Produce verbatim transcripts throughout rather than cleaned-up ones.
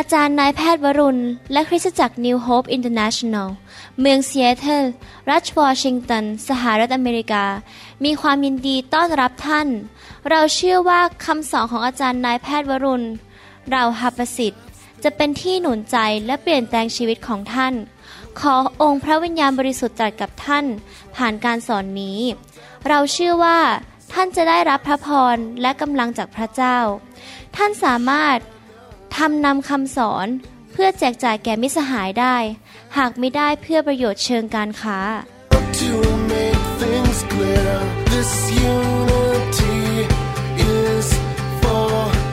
อาจารย์นายแพทย์วรุณและคริสตจักร New Hope International เมืองซีแอตเทิลรัฐวอชิงตันสหรัฐอเมริกามีความยินดีต้อนรับท่านเราเชื่อว่าคำสอนของอาจารย์นายแพทย์วรุณเราหประสิทธิ์จะเป็นที่หนุนใจและเปลี่ยนแปลงชีวิตของท่านขอองค์พระวิญญาณบริสุทธิ์ตรัสกับท่านผ่านการสอนนี้เราเชื่อว่าท่านจะได้รับพระพรและกำลังจากพระเจ้าท่านสามารถทำนำคำสอนเพื่อแจกจ่ายแก่มิตรสหายได้หากไม่ได้เพื่อประโยชน์เชิงการค้า To make things clear, this unity is for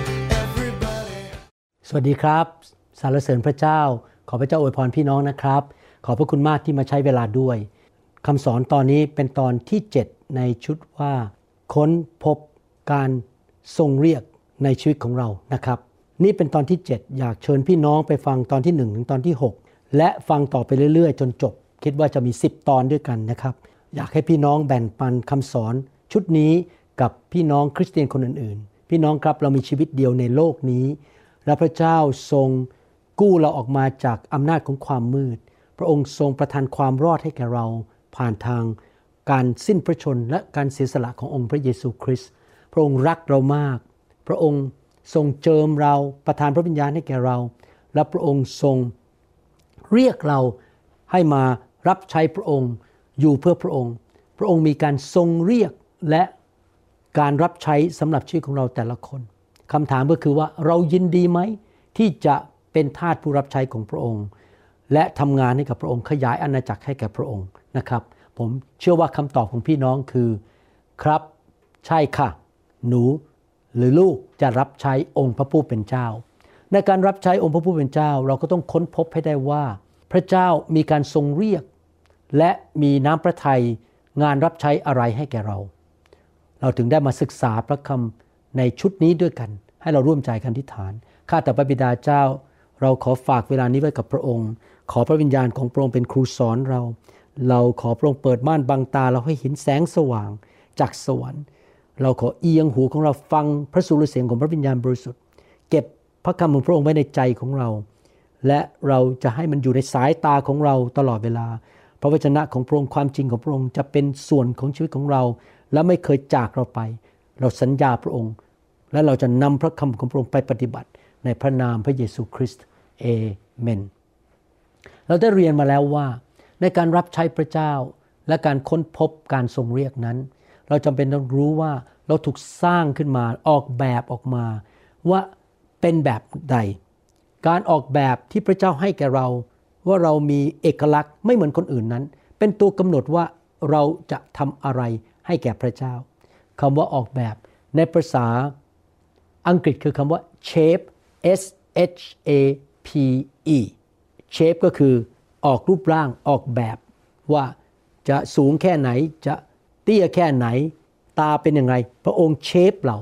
everybody. สวัสดีครับสรรเสริญพระเจ้าขอพระเจ้าอวยพรพี่น้องนะครับขอบพระคุณมากที่มาใช้เวลาด้วยคำสอนตอนนี้เป็นตอนที่เจ็ดในชุดว่าค้นพบการทรงเรียกในชีวิตของเรานะครับนี่เป็นตอนที่เจ็ดอยากเชิญพี่น้องไปฟังตอนที่หนึ่งถึงตอนที่หกและฟังต่อไปเรื่อยๆจนจบคิดว่าจะมีสิบตอนด้วยกันนะครับอยากให้พี่น้องแบ่งปันคำสอนชุดนี้กับพี่น้องคริสเตียนคนอื่นๆพี่น้องครับเรามีชีวิตเดียวในโลกนี้และพระเจ้าทรงกู้เราออกมาจากอำนาจของความมืดพระองค์ทรงประทานความรอดให้แก่เราผ่านทางการสิ้นพระชนและการเสียสละขององค์พระเยซูคริสต์พระองค์รักเรามากพระองค์ทรงเจิมเราประทานพระวิญญาณให้แก่เราและพระองค์ทรงเรียกเราให้มารับใช้พระองค์อยู่เพื่อพระองค์พระองค์มีการทรงเรียกและการรับใช้สำหรับชีวิตของเราแต่ละคนคำถามก็คือว่าเรายินดีไหมที่จะเป็นทาสผู้รับใช้ของพระองค์และทำงานให้กับพระองค์ขยายอาณาจักรให้แก่พระองค์นะครับผมเชื่อว่าคำตอบของพี่น้องคือครับใช่ค่ะหนูหรือลูกจะรับใช้องค์พระผู้เป็นเจ้าในการรับใช้องค์พระผู้เป็นเจ้าเราก็ต้องค้นพบให้ได้ว่าพระเจ้ามีการทรงเรียกและมีน้ำพระทัยงานรับใช้อะไรให้แก่เราเราถึงได้มาศึกษาพระคำในชุดนี้ด้วยกันให้เราร่วมใจกันอธิษฐานข้าแต่พระบิดาเจ้าเราขอฝากเวลานี้ไว้กับพระองค์ขอพระวิญญาณของพระองค์เป็นครูสอนเราเราขอพระองค์เปิดม่านบังตาเราให้เห็นแสงสว่างจากสวรรค์เราขอเอียงหูของเราฟังพระสุรเสียงของพระวิญญาณบริสุทธิ์เก็บพระคำของพระองค์ไว้ในใจของเราและเราจะให้มันอยู่ในสายตาของเราตลอดเวลาพระวจนะของพระองค์ความจริงของพระองค์จะเป็นส่วนของชีวิตของเราและไม่เคยจากเราไปเราสัญญาพระองค์และเราจะนำพระคำของพระองค์ไปปฏิบัติในพระนามพระเยซูคริสต์เอเมนเราได้เรียนมาแล้วว่าในการรับใช้พระเจ้าและการค้นพบการทรงเรียกนั้นเราจำเป็นต้องรู้ว่าเราถูกสร้างขึ้นมาออกแบบออกมาว่าเป็นแบบใดการออกแบบที่พระเจ้าให้แก่เราว่าเรามีเอกลักษณ์ไม่เหมือนคนอื่นนั้นเป็นตัวกำหนดว่าเราจะทำอะไรให้แก่พระเจ้าคำว่าออกแบบในภาษาอังกฤษคือคำว่า shape S H A P E shape ก็คือออกรูปร่างออกแบบว่าจะสูงแค่ไหนจะเตี้ยแค่ไหนตาเป็นยังไงพระองค์เชฟเรา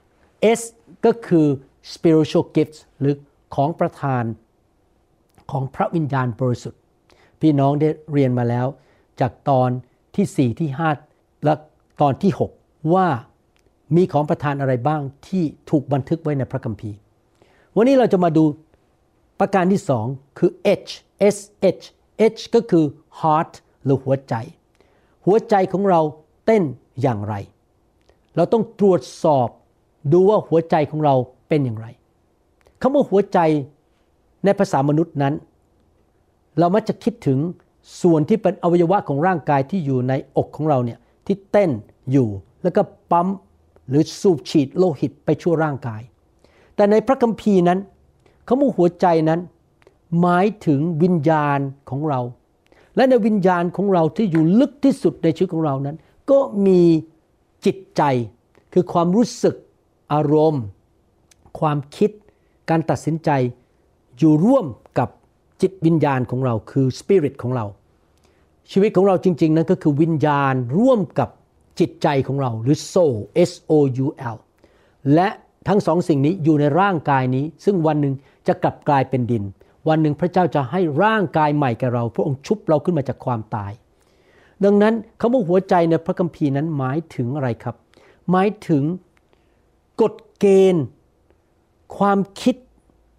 S ก็คือ spiritual gifts หรือของประทานของพระวิญญาณบริสุทธิ์พี่น้องได้เรียนมาแล้วจากตอนที่สี่ที่ห้าและตอนที่หกว่ามีของประทานอะไรบ้างที่ถูกบันทึกไว้ในพระคัมภีร์วันนี้เราจะมาดูประการที่สองคือ H S H H ก็คือ heart หรือหัวใจหัวใจของเราเต้นอย่างไรเราต้องตรวจสอบดูว่าหัวใจของเราเป็นอย่างไรคำว่าหัวใจในภาษามนุษย์นั้นเรามักจะคิดถึงส่วนที่เป็นอวัยวะของร่างกายที่อยู่ในอกของเราเนี่ยที่เต้นอยู่แล้วก็ปั๊มหรือสูบฉีดโลหิตไปทั่วร่างกายแต่ในพระคัมภีร์นั้นคำว่าหัวใจนั้นหมายถึงวิญญาณของเราและในวิญญาณของเราที่อยู่ลึกที่สุดในชีวิตของเรานั้นก็มีจิตใจคือความรู้สึกอารมณ์ความคิดการตัดสินใจอยู่ร่วมกับจิตวิญญาณของเราคือสปิริตของเราชีวิตของเราจริงๆนั้นก็คือวิญญาณร่วมกับจิตใจของเราหรือ soul S O U L และทั้งสองสิ่งนี้อยู่ในร่างกายนี้ซึ่งวันหนึ่งจะกลับกลายเป็นดินวันหนึ่งพระเจ้าจะให้ร่างกายใหม่แก่เราพระองค์ชุบเราขึ้นมาจากความตายดังนั้นคำว่าหัวใจในพระคัมภีร์นั้นหมายถึงอะไรครับหมายถึงกฎเกณฑ์ความคิด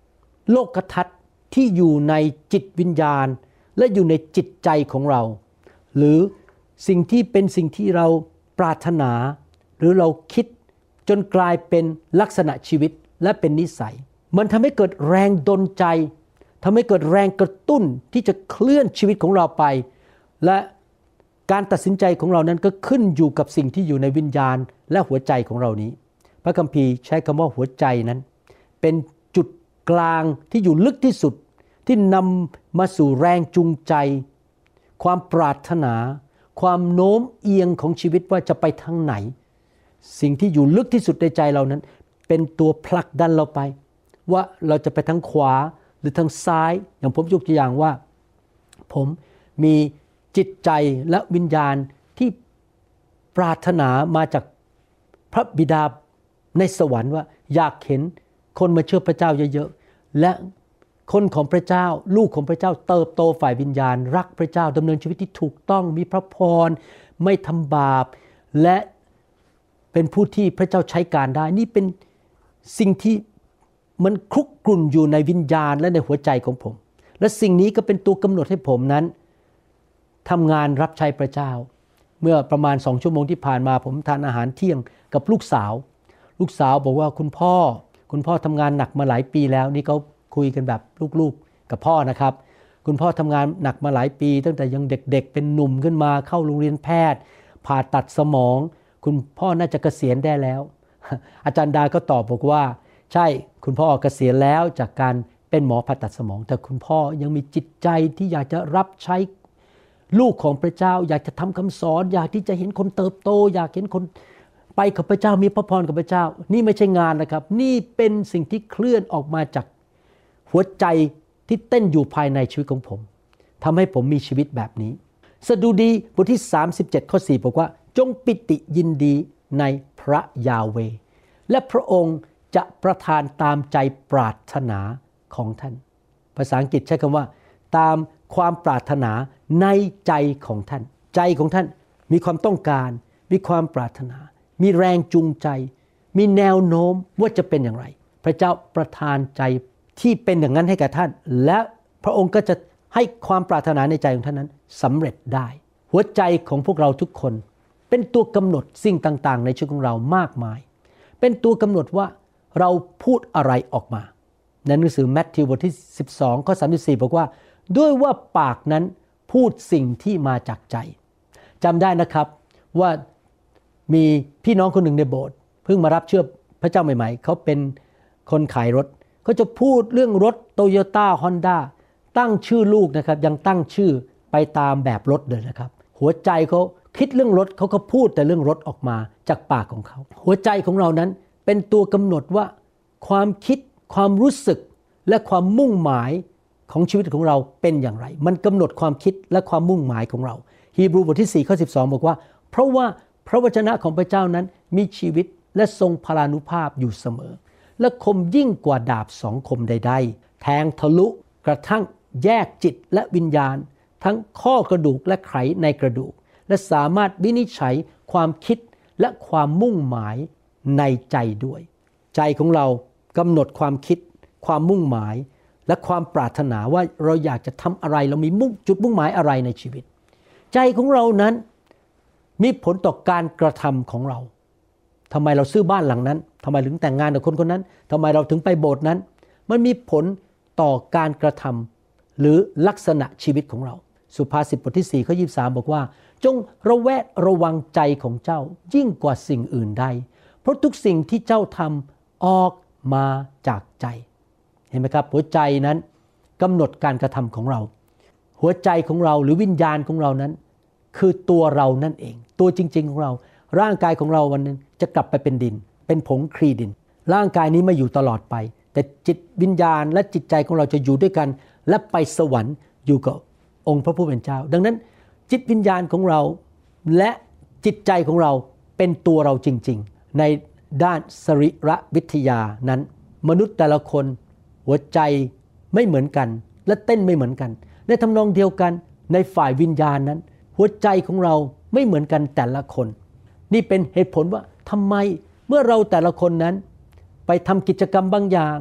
โลกทัศน์ที่อยู่ในจิตวิญญาณและอยู่ในจิตใจของเราหรือสิ่งที่เป็นสิ่งที่เราปรารถนาหรือเราคิดจนกลายเป็นลักษณะชีวิตและเป็นนิสัยมันทำให้เกิดแรงดลใจทำให้เกิดแรงกระตุ้นที่จะเคลื่อนชีวิตของเราไปและการตัดสินใจของเรานั้นก็ขึ้นอยู่กับสิ่งที่อยู่ในวิญญาณและหัวใจของเรานี้พระคัมภีร์ใช้คำว่าหัวใจนั้นเป็นจุดกลางที่อยู่ลึกที่สุดที่นำมาสู่แรงจูงใจความปรารถนาความโน้มเอียงของชีวิตว่าจะไปทางไหนสิ่งที่อยู่ลึกที่สุดในใจเรานั้นเป็นตัวผลักดันเราไปว่าเราจะไปทางขวาหรือทางซ้ายอย่างผมยกตัวอย่างว่าผมมีจิตใจและวิญญาณที่ปรารถนามาจากพระบิดาในสวรรค์ว่าอยากเห็นคนมาเชื่อพระเจ้าเยอะๆและคนของพระเจ้าลูกของพระเจ้าเติบโตฝ่ายวิญญาณรักพระเจ้าดำเนินชีวิตที่ถูกต้องมีพระพรไม่ทำบาปและเป็นผู้ที่พระเจ้าใช้การได้นี่เป็นสิ่งที่มันคลุกกลุ่นอยู่ในวิญญาณและในหัวใจของผมและสิ่งนี้ก็เป็นตัวกำหนดให้ผมนั้นทำงานรับใช้พระเจ้าเมื่อประมาณสองชั่วโมงที่ผ่านมาผมทานอาหารเที่ยงกับลูกสาวลูกสาวบอกว่าคุณพ่อคุณพ่อทำงานหนักมาหลายปีแล้วนี่เขาคุยกันแบบลูกๆกับพ่อนะครับคุณพ่อทำงานหนักมาหลายปีตั้งแต่ยังเด็กๆเป็นหนุ่มขึ้นมาเข้าโรงเรียนแพทย์ผ่าตัดสมองคุณพ่อน่าจะเกษียณได้แล้วอาจารย์ดาก็ตอบบอกว่าใช่คุณพ่อเกษียณแล้วจากการเป็นหมอผ่าตัดสมองแต่คุณพ่อยังมีจิตใจที่อยากจะรับใช้ลูกของพระเจ้าอยากจะทำคำสอนอยากที่จะเห็นคนเติบโตอยากเห็นคนไปกับพระเจ้ามีพระพรกับพระเจ้านี่ไม่ใช่งานนะครับนี่เป็นสิ่งที่เคลื่อนออกมาจากหัวใจที่เต้นอยู่ภายในชีวิตของผมทำให้ผมมีชีวิตแบบนี้สดุดีบทที่สามสิบเจ็ดข้อสี่บอกว่าจงปิติยินดีในพระยาเวห์และพระองค์จะประทานตามใจปรารถนาของท่านภาษาอังกฤษใช้คำว่าตามความปรารถนาในใจของท่านใจของท่านมีความต้องการมีความปรารถนามีแรงจูงใจมีแนวโน้มว่าจะเป็นอย่างไรพระเจ้าประทานใจที่เป็นอย่างนั้นให้แก่ท่านและพระองค์ก็จะให้ความปรารถนาในใจของท่านนั้นสำเร็จได้หัวใจของพวกเราทุกคนเป็นตัวกำหนดสิ่งต่างๆในชีวิตของเรามากมายเป็นตัวกำหนดว่าเราพูดอะไรออกมาในหนังสือแมทธิวบทที่สิบสองข้อสามสิบสี่บอกว่าด้วยว่าปากนั้นพูดสิ่งที่มาจากใจจำได้นะครับว่ามีพี่น้องคนหนึ่งในโบสถ์เพิ่งมารับเชื่อพระเจ้าใหม่ๆเขาเป็นคนขายรถเขาจะพูดเรื่องรถ Toyota Honda ตั้งชื่อลูกนะครับยังตั้งชื่อไปตามแบบรถเลยนะครับหัวใจเขาคิดเรื่องรถเขาก็พูดแต่เรื่องรถออกมาจากปากของเขาหัวใจของเรานั้นเป็นตัวกำหนดว่าความคิดความรู้สึกและความมุ่งหมายของชีวิตของเราเป็นอย่างไรมันกำหนดความคิดและความมุ่งหมายของเราฮีบรูบทที่สี่ข้อสิบสองบอกว่าเพราะว่าพระวจนะของพระเจ้านั้นมีชีวิตและทรงพลานุภาพอยู่เสมอและคมยิ่งกว่าดาบสองคมใดๆแทงทะลุกระทั่งแยกจิตและวิญญาณทั้งข้อกระดูกและไขในกระดูกและสามารถวินิจฉัยความคิดและความมุ่งหมายในใจด้วยใจของเรากำหนดความคิดความมุ่งหมายและความปรารถนาว่าเราอยากจะทำอะไรเรามีมุ่งจุดมุ่งหมายอะไรในชีวิตใจของเรานั้นมีผลต่อการกระทำของเราทำไมเราซื้อบ้านหลังนั้นทำไมถึงแต่งงานกับคนคนนั้นทำไมเราถึงไปโบสถ์นั้นมันมีผลต่อการกระทำหรือลักษณะชีวิตของเราสุภาษิตบทที่สี่ข้อยี่สิบสามบอกว่าจงระแวดระวังใจของเจ้ายิ่งกว่าสิ่งอื่นใดเพราะทุกสิ่งที่เจ้าทำออกมาจากใจเห็นไหมครับหัวใจนั้นกำหนดการกระทำของเราหัวใจของเราหรือวิญญาณของเรานั้นคือตัวเรานั่นเองตัวจริงๆของเราร่างกายของเราวันนึงจะกลับไปเป็นดินเป็นผงคลีดินร่างกายนี้ไม่อยู่ตลอดไปแต่จิตวิญญาณและจิตใจของเราจะอยู่ด้วยกันและไปสวรรค์อยู่กับองค์พระผู้เป็นเจ้าดังนั้นจิตวิญญาณของเราและจิตใจของเราเป็นตัวเราจริงๆในด้านสรีรวิทยานั้นมนุษย์แต่ละคนหัวใจไม่เหมือนกันและเต้นไม่เหมือนกันในทำนองเดียวกันในฝ่ายวิญญาณนั้นหัวใจของเราไม่เหมือนกันแต่ละคนนี่เป็นเหตุผลว่าทำไมเมื่อเราแต่ละคนนั้นไปทำกิจกรรมบางอย่าง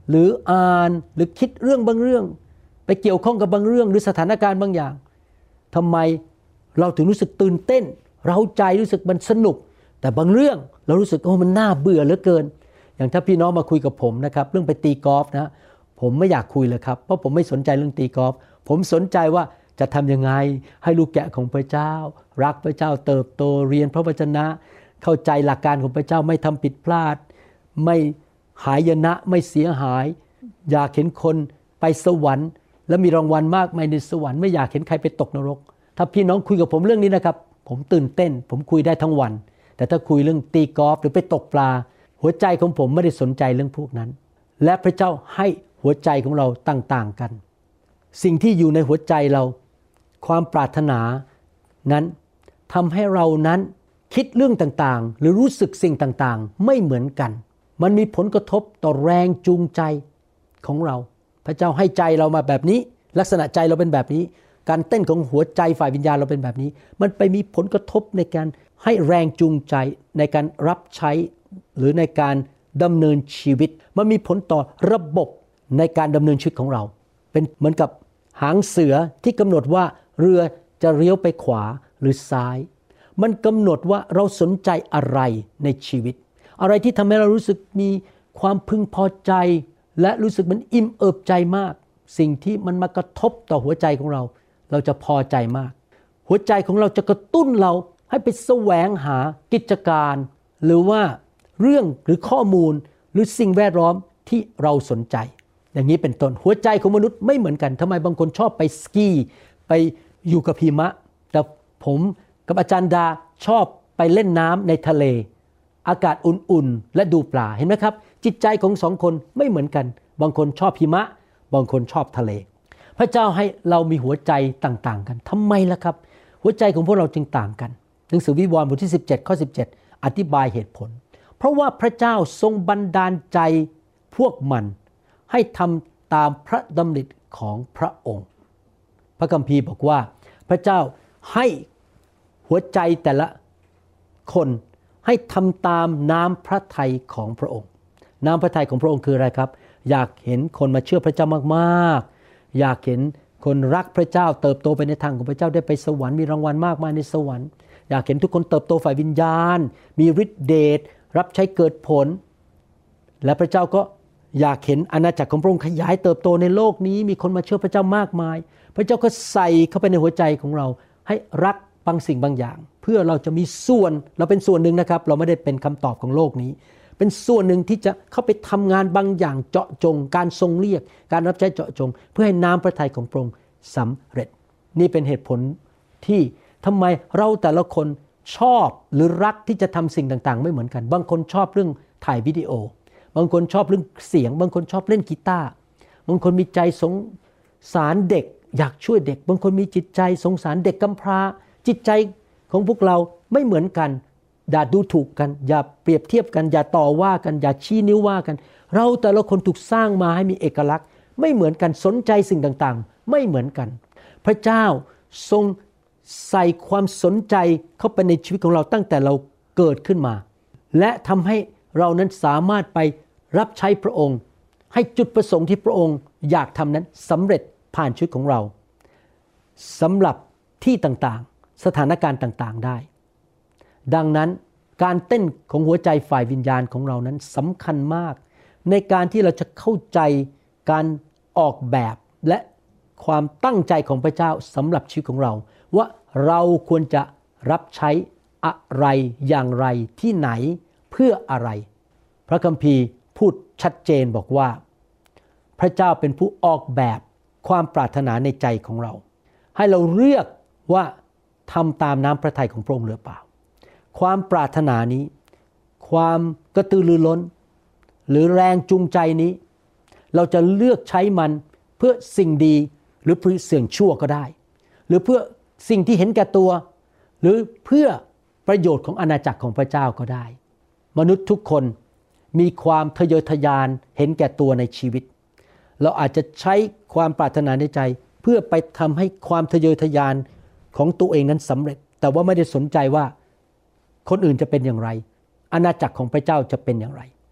หรืออ่านหรือคิดเรื่องบางเรื่องไปเกี่ยวข้องกับบางเรื่องหรือสถานการณ์บางอย่างทำไมเราถึงรู้สึกตื่นเต้นเร้าใจรู้สึกมันสนุกแต่บางเรื่องเรารู้สึกโอ้มันน่าเบื่อเหลือเกินอย่างถ้าพี่น้องมาคุยกับผมนะครับเรื่องไปตีกอล์ฟนะผมไม่อยากคุยเลยครับเพราะผมไม่สนใจเรื่องตีกอล์ฟผมสนใจว่าจะทำยังไงให้ลูกแกะของพระเจ้ารักพระเจ้าเติบโตเรียนพระวจนะเข้าใจหลักการของพระเจ้าไม่ทำผิดพลาดไม่หายนะไม่เสียหายอยากเห็นคนไปสวรรค์และมีรางวัลมากมายในสวรรค์ไม่อยากเห็นใครไปตกนรกถ้าพี่น้องคุยกับผมเรื่องนี้นะครับผมตื่นเต้นผมคุยได้ทั้งวันแต่ถ้าคุยเรื่องตีกอล์ฟหรือไปตกปลาหัวใจของผมไม่ได้สนใจเรื่องพวกนั้นและพระเจ้าให้หัวใจของเราต่างๆกันสิ่งที่อยู่ในหัวใจเราความปรารถนานั้นทำให้เรานั้นคิดเรื่องต่างๆหรือรู้สึกสิ่งต่างๆไม่เหมือนกันมันมีผลกระทบต่อแรงจูงใจของเราพระเจ้าให้ใจเรามาแบบนี้ลักษณะใจเราเป็นแบบนี้การเต้นของหัวใจฝ่ายวิญญาณเราเป็นแบบนี้มันไปมีผลกระทบในการให้แรงจูงใจในการรับใช้หรือในการดำเนินชีวิตมันมีผลต่อระบบในการดำเนินชีวิตของเราเป็นเหมือนกับหางเสือที่กำหนดว่าเรือจะเลี้ยวไปขวาหรือซ้ายมันกำหนดว่าเราสนใจอะไรในชีวิตอะไรที่ทำให้เรารู้สึกมีความพึงพอใจและรู้สึกมันอิ่มเอิบใจมากสิ่งที่มันมากระทบต่อหัวใจของเราเราจะพอใจมากหัวใจของเราจะกระตุ้นเราให้ไปแสวงหากิจการหรือว่าเรื่องหรือข้อมูลหรือสิ่งแวดล้อมที่เราสนใจอย่างนี้เป็นต้นหัวใจของมนุษย์ไม่เหมือนกันทำไมบางคนชอบไปสกีไปอยู่กับหิมะแต่ผมกับอาจารย์ดาชอบไปเล่นน้ำในทะเลอากาศอุ่นๆและดูปลาเห็นไหมครับจิตใจของสองคนไม่เหมือนกันบางคนชอบหิมะบางคนชอบทะเลพระเจ้าให้เรามีหัวใจต่างๆกันทำไมล่ะครับหัวใจของพวกเราจึงต่างกันหนังสือวิวรณ์บทที่สิบเจ็ดข้อสิบเจ็ดอธิบายเหตุผลเพราะว่าพระเจ้าทรงบันดาลใจพวกมันให้ทำตามพระดำริของพระองค์พระคัมภีร์บอกว่าพระเจ้าให้หัวใจแต่ละคนให้ทำตามน้ำพระทัยของพระองค์น้ำพระทัยของพระองค์คืออะไรครับอยากเห็นคนมาเชื่อพระเจ้ามากๆอยากเห็นคนรักพระเจ้าเติบโตไปในทางของพระเจ้าได้ไปสวรรค์มีรางวัลมากมายในสวรรค์อยากเห็นทุกคนเติบโตฝ่ายวิญญาณมีฤทธิเดชรับใช้เกิดผลและพระเจ้าก็อยากเห็นอาณาจักรของพระองค์ขยายเติบโตในโลกนี้มีคนมาเชื่อพระเจ้ามากมายพระเจ้าก็ใส่เข้าไปในหัวใจของเราให้รักบางสิ่งบางอย่างเพื่อเราจะมีส่วนเราเป็นส่วนหนึ่งนะครับเราไม่ได้เป็นคำตอบของโลกนี้เป็นส่วนหนึ่งที่จะเข้าไปทำงานบางอย่างเจาะจงการทรงเรียกการรับใช้เจาะจงเพื่อให้น้ำพระทัยของพระองค์สำเร็จนี่เป็นเหตุผลที่ทำไมเราแต่ละคนชอบหรือรักที่จะทำสิ่งต่างๆไม่เหมือนกันบางคนชอบเรื่องถ่ายวิดีโอบางคนชอบเรื่องเสียงบางคนชอบเล่นกีตาร์บางคนมีใจสงสารเด็กอยากช่วยเด็กบางคนมีจิตใจสงสารเด็กกำพร้าจิตใจของพวกเราไม่เหมือนกันอย่าดูถูกกันอย่าเปรียบเทียบกันอย่าต่อว่ากันอย่าชี้นิ้วว่ากันเราแต่ละคนถูกสร้างมาให้มีเอกลักษณ์ไม่เหมือนกันสนใจสิ่งต่างๆไม่เหมือนกันพระเจ้าทรงใส่ความสนใจเข้าไปในชีวิตของเราตั้งแต่เราเกิดขึ้นมาและทำให้เรานั้นสามารถไปรับใช้พระองค์ให้จุดประสงค์ที่พระองค์อยากทำนั้นสำเร็จผ่านชีวิตของเราสำหรับที่ต่างๆสถานการณ์ต่างๆได้ดังนั้นการเต้นของหัวใจฝ่ายวิญญาณของเรานั้นสำคัญมากในการที่เราจะเข้าใจการออกแบบและความตั้งใจของพระเจ้าสำหรับชีวิตของเราว่าเราควรจะรับใช้อะไรอย่างไรที่ไหนเพื่ออะไรพระคัมภีร์พูดชัดเจนบอกว่าพระเจ้าเป็นผู้ออกแบบความปรารถนาในใจของเราให้เราเลือกว่าทำตามน้ำพระทัยของพระองค์หรือเปล่าความปรารถนานี้ความกระตือรือร้นหรือแรงจูงใจนี้เราจะเลือกใช้มันเพื่อสิ่งดีหรือเพื่อสิ่งชั่วก็ได้หรือเพื่อสิ่งที่เห็นแก่ตัวหรือเพื่อประโยชน์ของอาณาจักรของพระเจ้าก็ได้มนุษย์ทุกคนมีความทะเยอทะยานเห็นแก่ตัวในชีวิตเราอาจจะใช้ความปรารถนาในใจเพื่อไปทำให้ความทะเยอทะยานของตัวเองนั้นสำเร็จแต่ว่าไม่ได้สนใจว่าคนอื่นจะเป็นอย่างไรอาณาจักรของพระเจ้าจะเป็นอย่างไร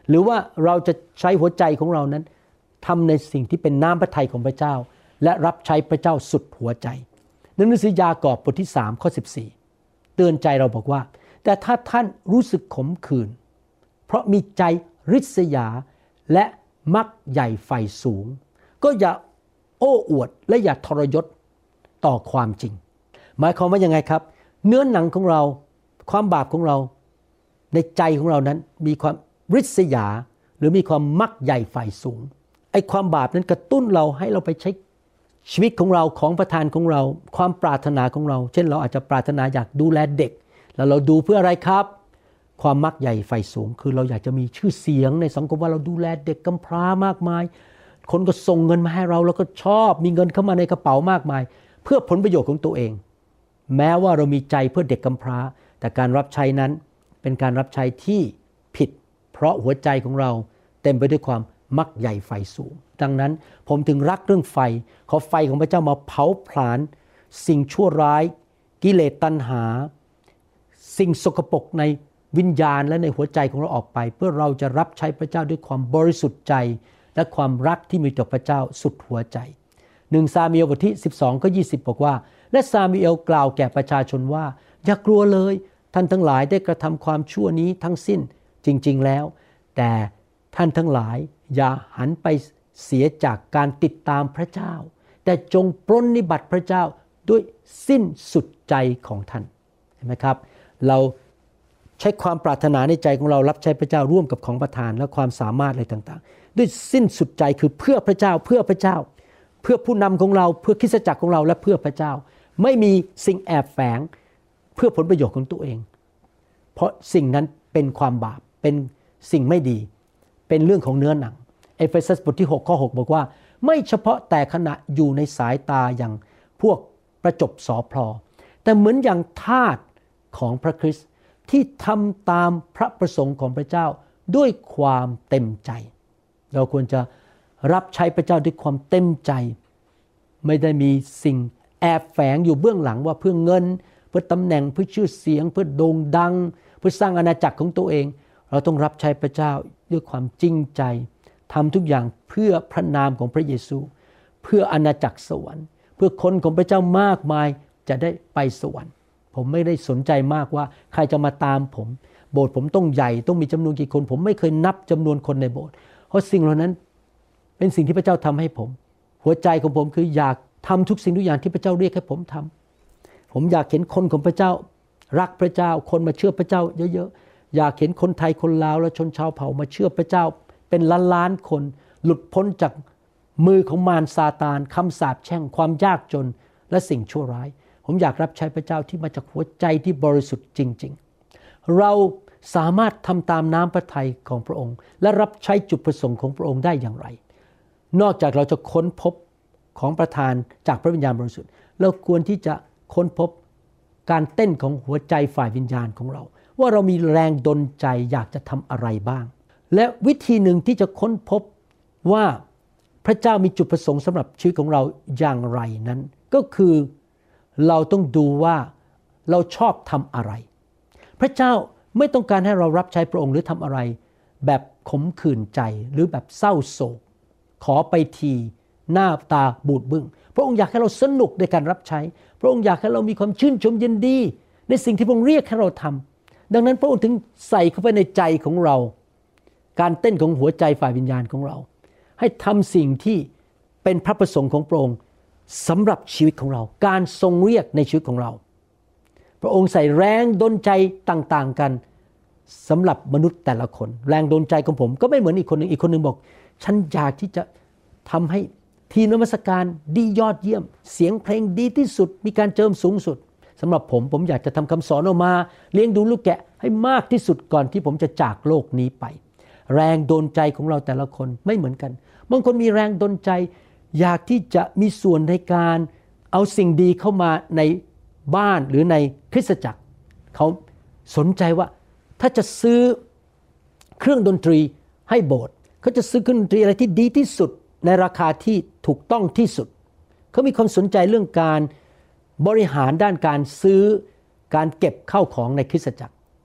หรือว่าเราจะใช้หัวใจของเรานั้นทำในสิ่งที่เป็นน้ำพระทัยของพระเจ้าและรับใช้พระเจ้าสุดหัวใจในหนังสือยากอบบทที่สามข้อสิบสี่เตือนใจเราบอกว่าแต่ถ้าท่านรู้สึกขมขื่นเพราะมีใจริษยาและมักใหญ่ไฟสูงก็อย่าโอ้อวดและอย่าทรยศต่อความจริงหมายความว่ายังไงครับเนื้อหนังของเราความบาปของเราในใจของเรานั้นมีความริษยาหรือมีความมักใหญ่ไฟสูงไอ้ความบาปนั้นกระตุ้นเราให้เราไปใช้ชีวิตของเราของประทานของเราความปรารถนาของเราเช่นเราอาจจะปรารถนาอยากดูแลเด็กแล้วเราดูเพื่ออะไรครับความมักใหญ่ไฟสูงคือเราอยากจะมีชื่อเสียงในสังคมว่าเราดูแลเด็กกำพร้ามากมายคนก็ส่งเงินมาให้เราแล้วก็ชอบมีเงินเข้ามาในกระเป๋ามากมายเพื่อผลประโยชน์ของตัวเองแม้ว่าเรามีใจเพื่อเด็กกำพร้าแต่การรับใช้นั้นเป็นการรับใช้ที่ผิดเพราะหัวใจของเราเต็มไปด้วยความมักใหญ่ไฟสูงดังนั้นผมถึงรักเรื่องไฟขอไฟของพระเจ้ามาเผาผลาญสิ่งชั่วร้ายกิเลสตัณหาสิ่งสกปรกในวิญญาณและในหัวใจของเราออกไปเพื่อเราจะรับใช้พระเจ้าด้วยความบริสุทธิ์ใจและความรักที่มีต่อพระเจ้าสุดหัวใจหนึ่งซามูเอลบทที่สิบสองข้อยี่สิบบอกว่าและซามูเอลกล่าวแก่ประชาชนว่าอย่ากลัวเลยท่านทั้งหลายได้กระทำความชั่วนี้ทั้งสิ้นจริงๆแล้วแต่ท่านทั้งหลายอย่าหันไปเสียจากการติดตามพระเจ้าแต่จงปรนนิบัติพระเจ้าด้วยสิ้นสุดใจของท่านเห็นไหมครับเราใช้ความปรารถนาในใจของเรารับใช้พระเจ้าร่วมกับของประทานและความสามารถอะไรต่างๆด้วยสิ้นสุดใจคือเพื่อพระเจ้าเพื่อพระเจ้าเพื่อผู้นำของเราเพื่อคริสตจักรของเราและเพื่อพระเจ้าไม่มีสิ่งแอบแฝงเพื่อผลประโยชน์ของตัวเองเพราะสิ่งนั้นเป็นความบาปเป็นสิ่งไม่ดีเป็นเรื่องของเนื้อหนังเอเฟซัสบทที่หกข้อหกบอกว่าไม่เฉพาะแต่ขณะอยู่ในสายตาอย่างพวกประจบสอพลอแต่เหมือนอย่างทาสของพระคริสต์ที่ทำตามพระประสงค์ของพระเจ้าด้วยความเต็มใจเราควรจะรับใช้พระเจ้าด้วยความเต็มใจไม่ได้มีสิ่งแอบแฝงอยู่เบื้องหลังว่าเพื่อเงินเพื่อตำแหน่งเพื่อชื่อเสียงเพื่อโด่งดังเพื่อสร้างอาณาจักรของตัวเองเราต้องรับใช้พระเจ้าด้วยความจริงใจทำทุกอย่างเพื่อพระนามของพระเยซูเพื่ออาณาจักรสวรรค์เพื่อคนของพระเจ้ามากมายจะได้ไปสวรรค์ผมไม่ได้สนใจมากว่าใครจะมาตามผมโบสถ์ผมต้องใหญ่ต้องมีจำนวนกี่คนผมไม่เคยนับจำนวนคนในโบสถ์เพราะสิ่งเหล่านั้นเป็นสิ่งที่พระเจ้าทำให้ผมหัวใจของผมคืออยากทำทุกสิ่งทุกอย่างที่พระเจ้าเรียกให้ผมทำผมอยากเห็นคนของพระเจ้ารักพระเจ้าคนมาเชื่อพระเจ้าเยอะๆอยากเห็นคนไทยคนลาวและชนชาวเผ่ามาเชื่อพระเจ้าเป็นล้านๆคนหลุดพ้นจากมือของมารซาตานคำสาปแช่งความยากจนและสิ่งชั่วร้ายผมอยากรับใช้พระเจ้าที่มาจากหัวใจที่บริสุทธิ์จริงๆเราสามารถทำตามน้ำพระทัยของพระองค์และรับใช้จุดประสงค์ของพระองค์ได้อย่างไรนอกจากเราจะค้นพบของประทานจากพระวิญญาณบริสุทธิ์เราควรที่จะค้นพบการเต้นของหัวใจฝ่ายวิญญาณของเราว่าเรามีแรงดลใจอยากจะทำอะไรบ้างและวิธีหนึ่งที่จะค้นพบว่าพระเจ้ามีจุดประสงค์สำหรับชีวิตของเราอย่างไรนั้นก็คือเราต้องดูว่าเราชอบทำอะไรพระเจ้าไม่ต้องการให้เรารับใช้พระองค์หรือทำอะไรแบบขมขื่นใจหรือแบบเศร้าโศกขอไปทีหน้าตาบูดบึ้งพระองค์อยากให้เราสนุกในการรับใช้พระองค์อยากให้เรามีความชื่นชมยินดีในสิ่งที่พระองค์เรียกให้เราทำดังนั้นพระองค์ถึงใส่เข้าไปในใจของเราการเต้นของหัวใจฝ่ายวิญญาณของเราให้ทำสิ่งที่เป็นพระประสงค์ของพระองค์สำหรับชีวิตของเราการทรงเรียกในชีวิตของเราพระองค์ใส่แรงดลใจต่างๆกันสำหรับมนุษย์แต่ละคนแรงดลใจของผมก็ไม่เหมือนอีกคนนึงอีกคนนึงบอกฉันอยากที่จะทำให้ทีมนมัสการดียอดเยี่ยมเสียงเพลงดีที่สุดมีการเจิมสูงสุดสำหรับผมผมอยากจะทำคำสอนออกมาเลี้ยงดูลูกแกะให้มากที่สุดก่อนที่ผมจะจากโลกนี้ไปแรงดลใจของเราแต่ละคนไม่เหมือนกันบางคนมีแรงดลใจอยากที่จะมีส่วนในการเอาสิ่งดีเข้ามาในบ้านหรือในคริสตจักรเขาสนใจว่าถ้าจะซื้อเครื่องดนตรีให้โบสถ์เขาจะซื้อเครื่องดนตรีอะไรที่ดีที่สุดในราคาที่ถูกต้องที่สุดเขามีความสนใจเรื่องการบริหารด้านการซื้อการเก็บเข้าของในคริสตจักร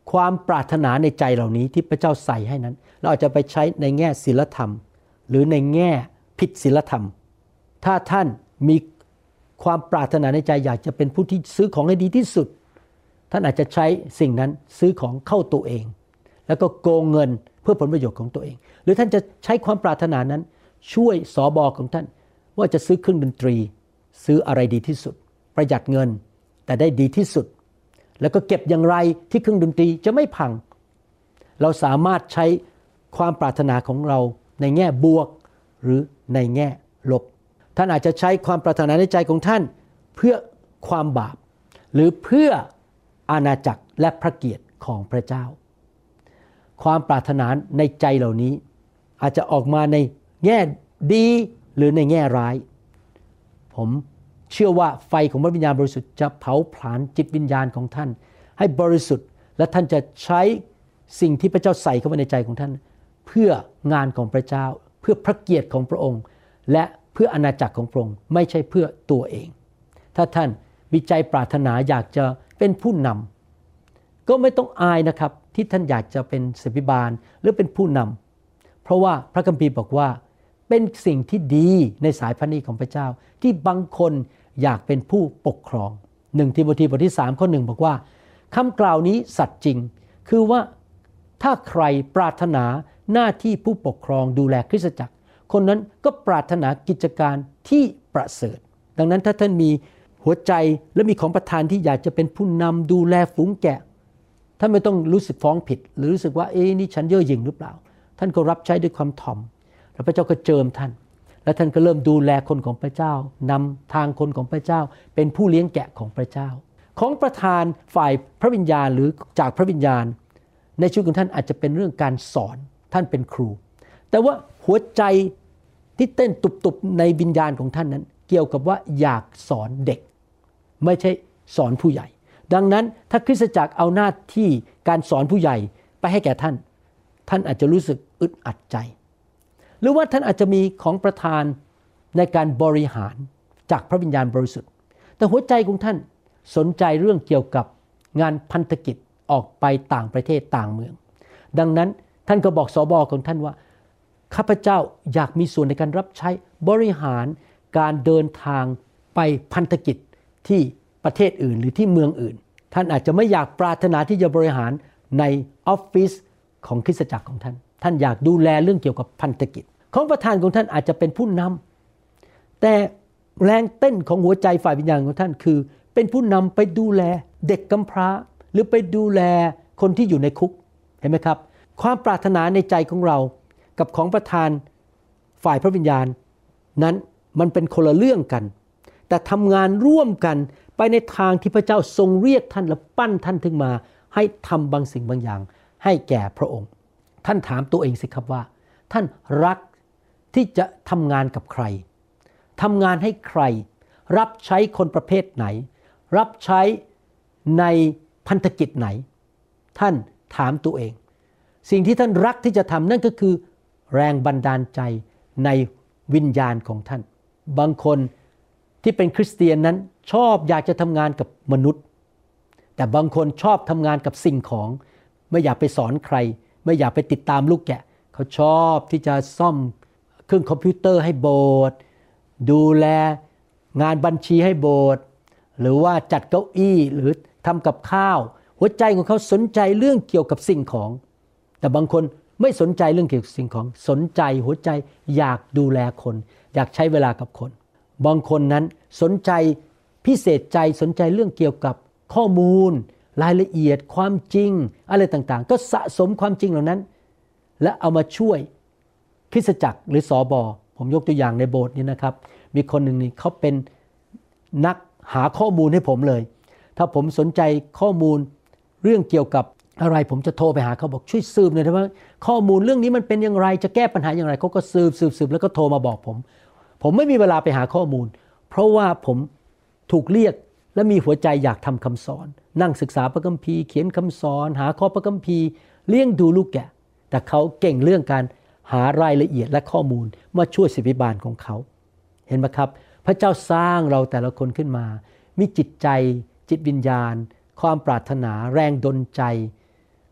ความปรารถนาในใจเหล่านี้ที่พระเจ้าใส่ให้นั้นเราอาจจะไปใช้ในแง่ศีลธรรมหรือในแง่ผิดศีลธรรมถ้าท่านมีความปรารถนาในใจอยากจะเป็นผู้ที่ซื้อของให้ดีที่สุดท่านอาจจะใช้สิ่งนั้นซื้อของเข้าตัวเองแล้วก็โกงเงินเพื่อผลประโยชน์ของตัวเองหรือท่านจะใช้ความปรารถนานั้นช่วยสบของท่านว่าจะซื้อเครื่องดนตรีซื้ออะไรดีที่สุดประหยัดเงินแต่ได้ดีที่สุดแล้วก็เก็บอย่างไรที่เครื่องดนตรีจะไม่พังเราสามารถใช้ความปรารถนาของเราในแง่บวกหรือในแง่ลบท่านอาจจะใช้ความปรารถนาในใจของท่านเพื่อความบาปหรือเพื่ออาณาจักรและพระเกียรติของพระเจ้าความปรารถนาในใจเหล่านี้อาจจะออกมาในแง่ดีหรือในแง่ร้ายผมเชื่อว่าไฟของพระวิญญาณบริสุทธิ์จะเผาผลาญจิตวิญญาณของท่านให้บริสุทธิ์และท่านจะใช้สิ่งที่พระเจ้าใส่เข้ามาในใจของท่านเพื่องานของพระเจ้าเพื่อพระเกียรติของพระองค์และเพื่ออาณาจักรของพระองค์ไม่ใช่เพื่อตัวเองถ้าท่านมีใจปรารถนาอยากจะเป็นผู้นำก็ไม่ต้องอายนะครับที่ท่านอยากจะเป็นศิษย์บาลหรือเป็นผู้นำเพราะว่าพระคัมภีร์บอกว่าเป็นสิ่งที่ดีในสายพระนีของพระเจ้าที่บางคนอยากเป็นผู้ปกครองหนึ่งทิโมธีบทที่สามข้อหนึ่งบอกว่าคำกล่าวนี้สัตย์จริงคือว่าถ้าใครปรารถนาหน้าที่ผู้ปกครองดูแลคริสตจักรคนนั้นก็ปรารถนากิจการที่ประเสริฐดังนั้นถ้าท่านมีหัวใจและมีของประทานที่อยากจะเป็นผู้นำดูแลฝูงแกะท่านไม่ต้องรู้สึกฟ้องผิดหรือรู้สึกว่าเอ๊ะนี่ฉันเย่อหยิ่งหรือเปล่าท่านก็รับใช้ด้วยความถ่อมแล้วพระเจ้าก็เจิมท่านและท่านก็เริ่มดูแลคนของพระเจ้านำทางคนของพระเจ้าเป็นผู้เลี้ยงแกะของพระเจ้าของประทานฝ่ายพระวิญญาณหรือจากพระวิญญาณในชีวิตของท่านอาจจะเป็นเรื่องการสอนท่านเป็นครูแต่ว่าหัวใจที่เต้นตุบๆในวิญญาณของท่านนั้นเกี่ยวกับว่าอยากสอนเด็กไม่ใช่สอนผู้ใหญ่ดังนั้นถ้าคริสตจักรเอาหน้าที่การสอนผู้ใหญ่ไปให้แก่ท่านท่านอาจจะรู้สึกอึดอัดใจหรือว่าท่านอาจจะมีของประทานในการบริหารจากพระวิญญาณบริสุทธิ์แต่หัวใจของท่านสนใจเรื่องเกี่ยวกับงานพันธกิจออกไปต่างประเทศต่างเมืองดังนั้นท่านก็บอกสบของท่านว่าข้าพเจ้าอยากมีส่วนในการรับใช้บริหารการเดินทางไปพันธกิจที่ประเทศอื่นหรือที่เมืองอื่นท่านอาจจะไม่อยากปรารถนาที่จะบริหารในออฟฟิศของคริสตจักรของท่านท่านอยากดูแลเรื่องเกี่ยวกับพันธกิจของประธานของท่านอาจจะเป็นผู้นำแต่แรงเต้นของหัวใจฝ่ายวิญญาณของท่านคือเป็นผู้นำไปดูแลเด็กกำพร้าหรือไปดูแลคนที่อยู่ในคุกเห็นไหมครับความปรารถนาในใจของเรากับของประธานฝ่ายพระวิญญาณนั้นมันเป็นคนละเรื่องกันแต่ทำงานร่วมกันไปในทางที่พระเจ้าทรงเรียกท่านและปั้นท่านถึงมาให้ทำบางสิ่งบางอย่างให้แก่พระองค์ท่านถามตัวเองสิครับว่าท่านรักที่จะทำงานกับใครทำงานให้ใครรับใช้คนประเภทไหนรับใช้ในพันธกิจไหนท่านถามตัวเองสิ่งที่ท่านรักที่จะทำนั่นก็คือแรงบันดาลใจในวิญญาณของท่านบางคนที่เป็นคริสเตียนนั้นชอบอยากจะทำงานกับมนุษย์แต่บางคนชอบทำงานกับสิ่งของไม่อยากไปสอนใครไม่อยากไปติดตามลูกแกะเขาชอบที่จะซ่อมเครื่องคอมพิวเตอร์ให้โบสถ์ดูแลงานบัญชีให้โบสถ์หรือว่าจัดเก้าอี้หรือทำกับข้าวหัวใจของเขาสนใจเรื่องเกี่ยวกับสิ่งของแต่บางคนไม่สนใจเรื่องเกี่ยวกับสิ่งของสนใจหัวใจอยากดูแลคนอยากใช้เวลากับคนบางคนนั้นสนใจพิเศษใจสนใจเรื่องเกี่ยวกับข้อมูลรายละเอียดความจริงอะไรต่างๆก็สะสมความจริงเหล่านั้นและเอามาช่วยคริสตจักรหรือสบผมยกตัวอย่างในโบสถ์นี้นะครับมีคนหนึ่งนี่เขาเป็นนักหาข้อมูลให้ผมเลยถ้าผมสนใจข้อมูลเรื่องเกี่ยวกับอะไรผมจะโทรไปหาเขาบอกช่วยสืบหน่อยได้ไหมข้อมูลเรื่องนี้มันเป็นอย่างไรจะแก้ปัญหาอย่างไรเขาก็สืบสืบสืบแล้วก็โทรมาบอกผมผมไม่มีเวลาไปหาข้อมูลเพราะว่าผมถูกเรียกและมีหัวใจอยากทำคำสอนนั่งศึกษาพระคัมภีร์เขียนคำสอนหาข้อพระคัมภีร์เลี้ยงดูลูกแกะแต่เขาเก่งเรื่องการหารายละเอียดและข้อมูลมาช่วยศิษย์บาลของเขาเห็นไหมครับพระเจ้าสร้างเราแต่ละคนขึ้นมามีจิตใจจิตวิญญาณความปรารถนาแรงดลใจ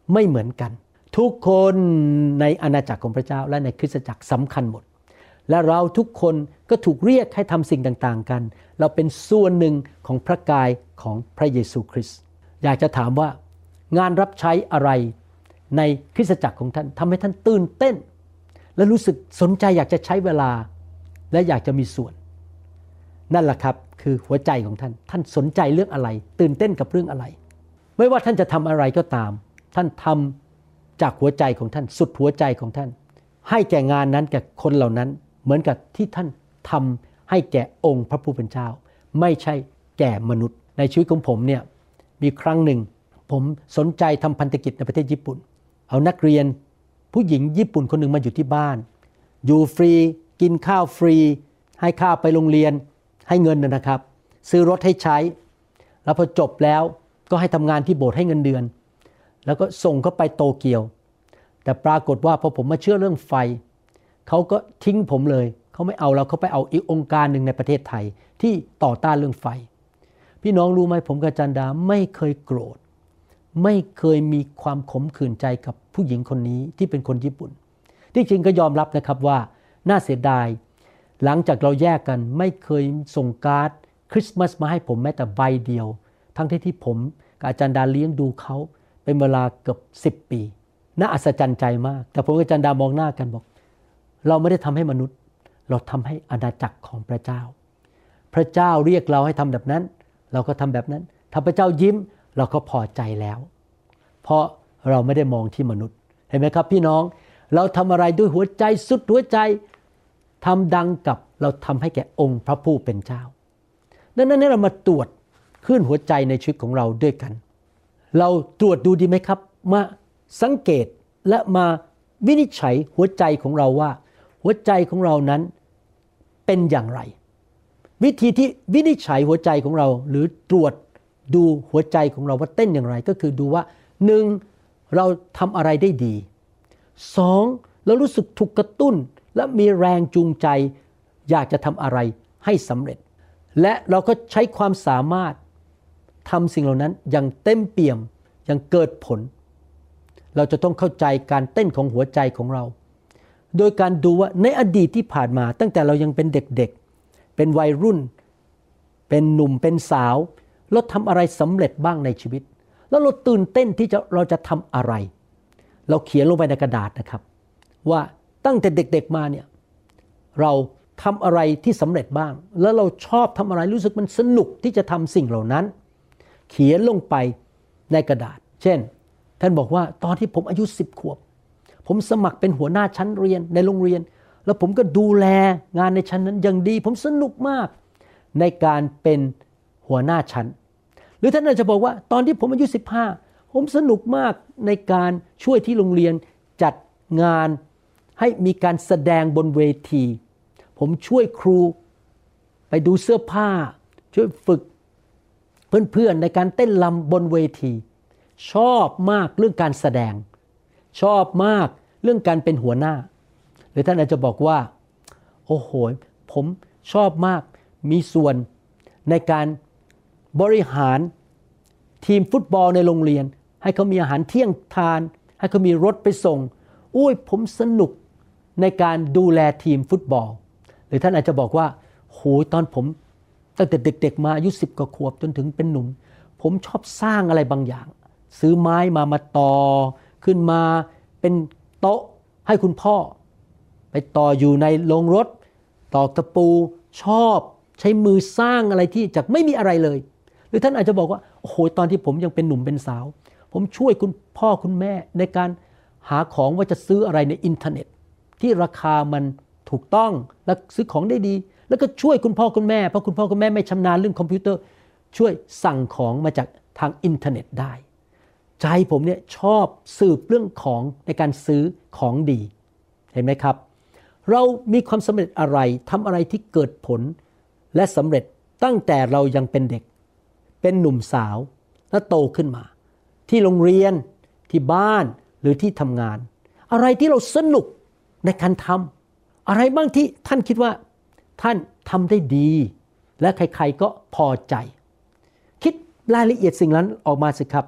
ไม่เหมือนกันทุกคนในอาณาจักรของพระเจ้าและในคริสตจักรสำคัญหมดและเราทุกคนก็ถูกเรียกให้ทำสิ่งต่างๆกันเราเป็นส่วนหนึ่งของพระกายของพระเยซูคริสต์อยากจะถามว่างานรับใช้อะไรในคริสตจักรของท่านทำให้ท่านตื่นเต้นและรู้สึกสนใจอยากจะใช้เวลาและอยากจะมีส่วนนั่นแหละครับคือหัวใจของท่านท่านสนใจเรื่องอะไรตื่นเต้นกับเรื่องอะไรไม่ว่าท่านจะทำอะไรก็ตามท่านทำจากหัวใจของท่านสุดหัวใจของท่านให้แก่งานนั้นแก่คนเหล่านั้นเหมือนกับที่ท่านทำให้แก่องค์พระผู้เป็นเจ้าไม่ใช่แก่มนุษย์ในชีวิตของผมเนี่ยมีครั้งหนึ่งผมสนใจทำพันธกิจในประเทศญี่ปุ่นเอานักเรียนผู้หญิงญี่ปุ่นคนหนึ่งมาอยู่ที่บ้านอยู่ฟรีกินข้าวฟรีให้ข้าวไปโรงเรียนให้เงินนะครับซื้อรถให้ใช้แล้วพอจบแล้วก็ให้ทำงานที่โบสถ์ให้เงินเดือนแล้วก็ส่งเขาไปโตเกียวแต่ปรากฏว่าพอผมมาเชื่อเรื่องไฟเขาก็ทิ้งผมเลยเขาไม่เอาแล้วเขาไปเอาอีกองค์การหนึ่งในประเทศไทยที่ต่อต้านเรื่องไฟพี่น้องรู้ไหมผมกับจันดาไม่เคยโกรธไม่เคยมีความขมขื่นใจกับผู้หญิงคนนี้ที่เป็นคนญี่ปุ่นที่จริงก็ยอมรับนะครับว่าน่าเสียดายหลังจากเราแยกกันไม่เคยส่งการ์ดคริสต์มาสมาให้ผมแม้แต่ใบเดียวทั้งที่ที่ผมกับอาจารย์ดาเลี้ยงดูเขาเป็นเวลาเกือบสิบปีน่าอัศจรรย์ใจมากแต่ผมกับอาจารย์ดามองหน้ากันบอกเราไม่ได้ทำให้มนุษย์เราทำให้อาณาจักรของพระเจ้าพระเจ้าเรียกเราให้ทำแบบนั้นเราก็ทำแบบนั้นถ้าพระเจ้ายิ้มเราก็พอใจแล้วเพราะเราไม่ได้มองที่มนุษย์เห็นไหมครับพี่น้องเราทำอะไรด้วยหัวใจสุดหัวใจทำดังกับเราทำให้แก่องค์พระผู้เป็นเจ้าดังนั้นเรามาตรวจคลื่นหัวใจในชีวิตของเราด้วยกันเราตรวจดูดีไหมครับมาสังเกตและมาวินิจฉัยหัวใจของเราว่าหัวใจของเรานั้นเป็นอย่างไรวิธีที่วินิจฉัยหัวใจของเราหรือตรวจดูหัวใจของเราว่าเต้นอย่างไรก็คือดูว่าหนึ่งเราทำอะไรได้ดีสองเรารู้สึกถูกกระตุ้นและมีแรงจูงใจอยากจะทำอะไรให้สำเร็จและเราก็ใช้ความสามารถทำสิ่งเหล่านั้นอย่างเต็มเปี่ยมอย่างเกิดผลเราจะต้องเข้าใจการเต้นของหัวใจของเราโดยการดูว่าในอดีตที่ผ่านมาตั้งแต่เรายังเป็นเด็กๆเป็นวัยรุ่นเป็นหนุ่มเป็นสาวเราทำอะไรสำเร็จบ้างในชีวิตแล้วเราตื่นเต้นที่จะเราจะทำอะไรเราเขียนลงไปในกระดาษนะครับว่าตั้งแต่เด็กๆมาเนี่ยเราทำอะไรที่สำเร็จบ้างแล้วเราชอบทำอะไรรู้สึกมันสนุกที่จะทำสิ่งเหล่านั้นเขียนลงไปในกระดาษเช่นท่านบอกว่าตอนที่ผมอายุสิบขวบผมสมัครเป็นหัวหน้าชั้นเรียนในโรงเรียนแล้วผมก็ดูแลงานในชั้นนั้นอย่างดีผมสนุกมากในการเป็นหัวหน้าชั้นหรือท่านอาจจะบอกว่าตอนที่ผมอายุสิบห้าผมสนุกมากในการช่วยที่โรงเรียนจัดงานให้มีการแสดงบนเวทีผมช่วยครูไปดูเสื้อผ้าช่วยฝึกเพื่อนๆในการเต้นรำบนเวทีชอบมากเรื่องการแสดงชอบมากเรื่องการเป็นหัวหน้าหรือท่านอาจจะบอกว่าโอ้โหผมชอบมากมีส่วนในการบริหารทีมฟุตบอลในโรงเรียนให้เขามีอาหารเที่ยงทานให้เขามีรถไปส่งอุ้ยผมสนุกในการดูแลทีมฟุตบอลหรือท่านอาจจะบอกว่าโหตอนผมตั้งแต่เด็กๆมาอายุสิบกว่าขวบจนถึงเป็นหนุ่มผมชอบสร้างอะไรบางอย่างซื้อไม้มามาต่อขึ้นมาเป็นโต๊ะให้คุณพ่อไปต่ออยู่ในโรงรถตอกตะปูชอบใช้มือสร้างอะไรที่จากไม่มีอะไรเลยหรือท่านอาจจะบอกว่าโอ้โหตอนที่ผมยังเป็นหนุ่มเป็นสาวผมช่วยคุณพ่อคุณแม่ในการหาของว่าจะซื้ออะไรในอินเทอร์เน็ตที่ราคามันถูกต้องและซื้อของได้ดีแล้วก็ช่วยคุณพ่อคุณแม่เพราะคุณพ่อคุณแม่ไม่ชำนาญเรื่องคอมพิวเตอร์ช่วยสั่งของมาจากทางอินเทอร์เน็ตได้ใจผมเนี่ยชอบสืบเรื่องของในการซื้อของดีเห็นไหมครับเรามีความสำเร็จอะไรทำอะไรที่เกิดผลและสำเร็จตั้งแต่เรายังเป็นเด็กเป็นหนุ่มสาวและโตขึ้นมาที่โรงเรียนที่บ้านหรือที่ทำงานอะไรที่เราสนุกในการทำอะไรบ้างที่ท่านคิดว่าท่านทำได้ดีและใครๆก็พอใจคิดรายละเอียดสิ่งนั้นออกมาสิครับ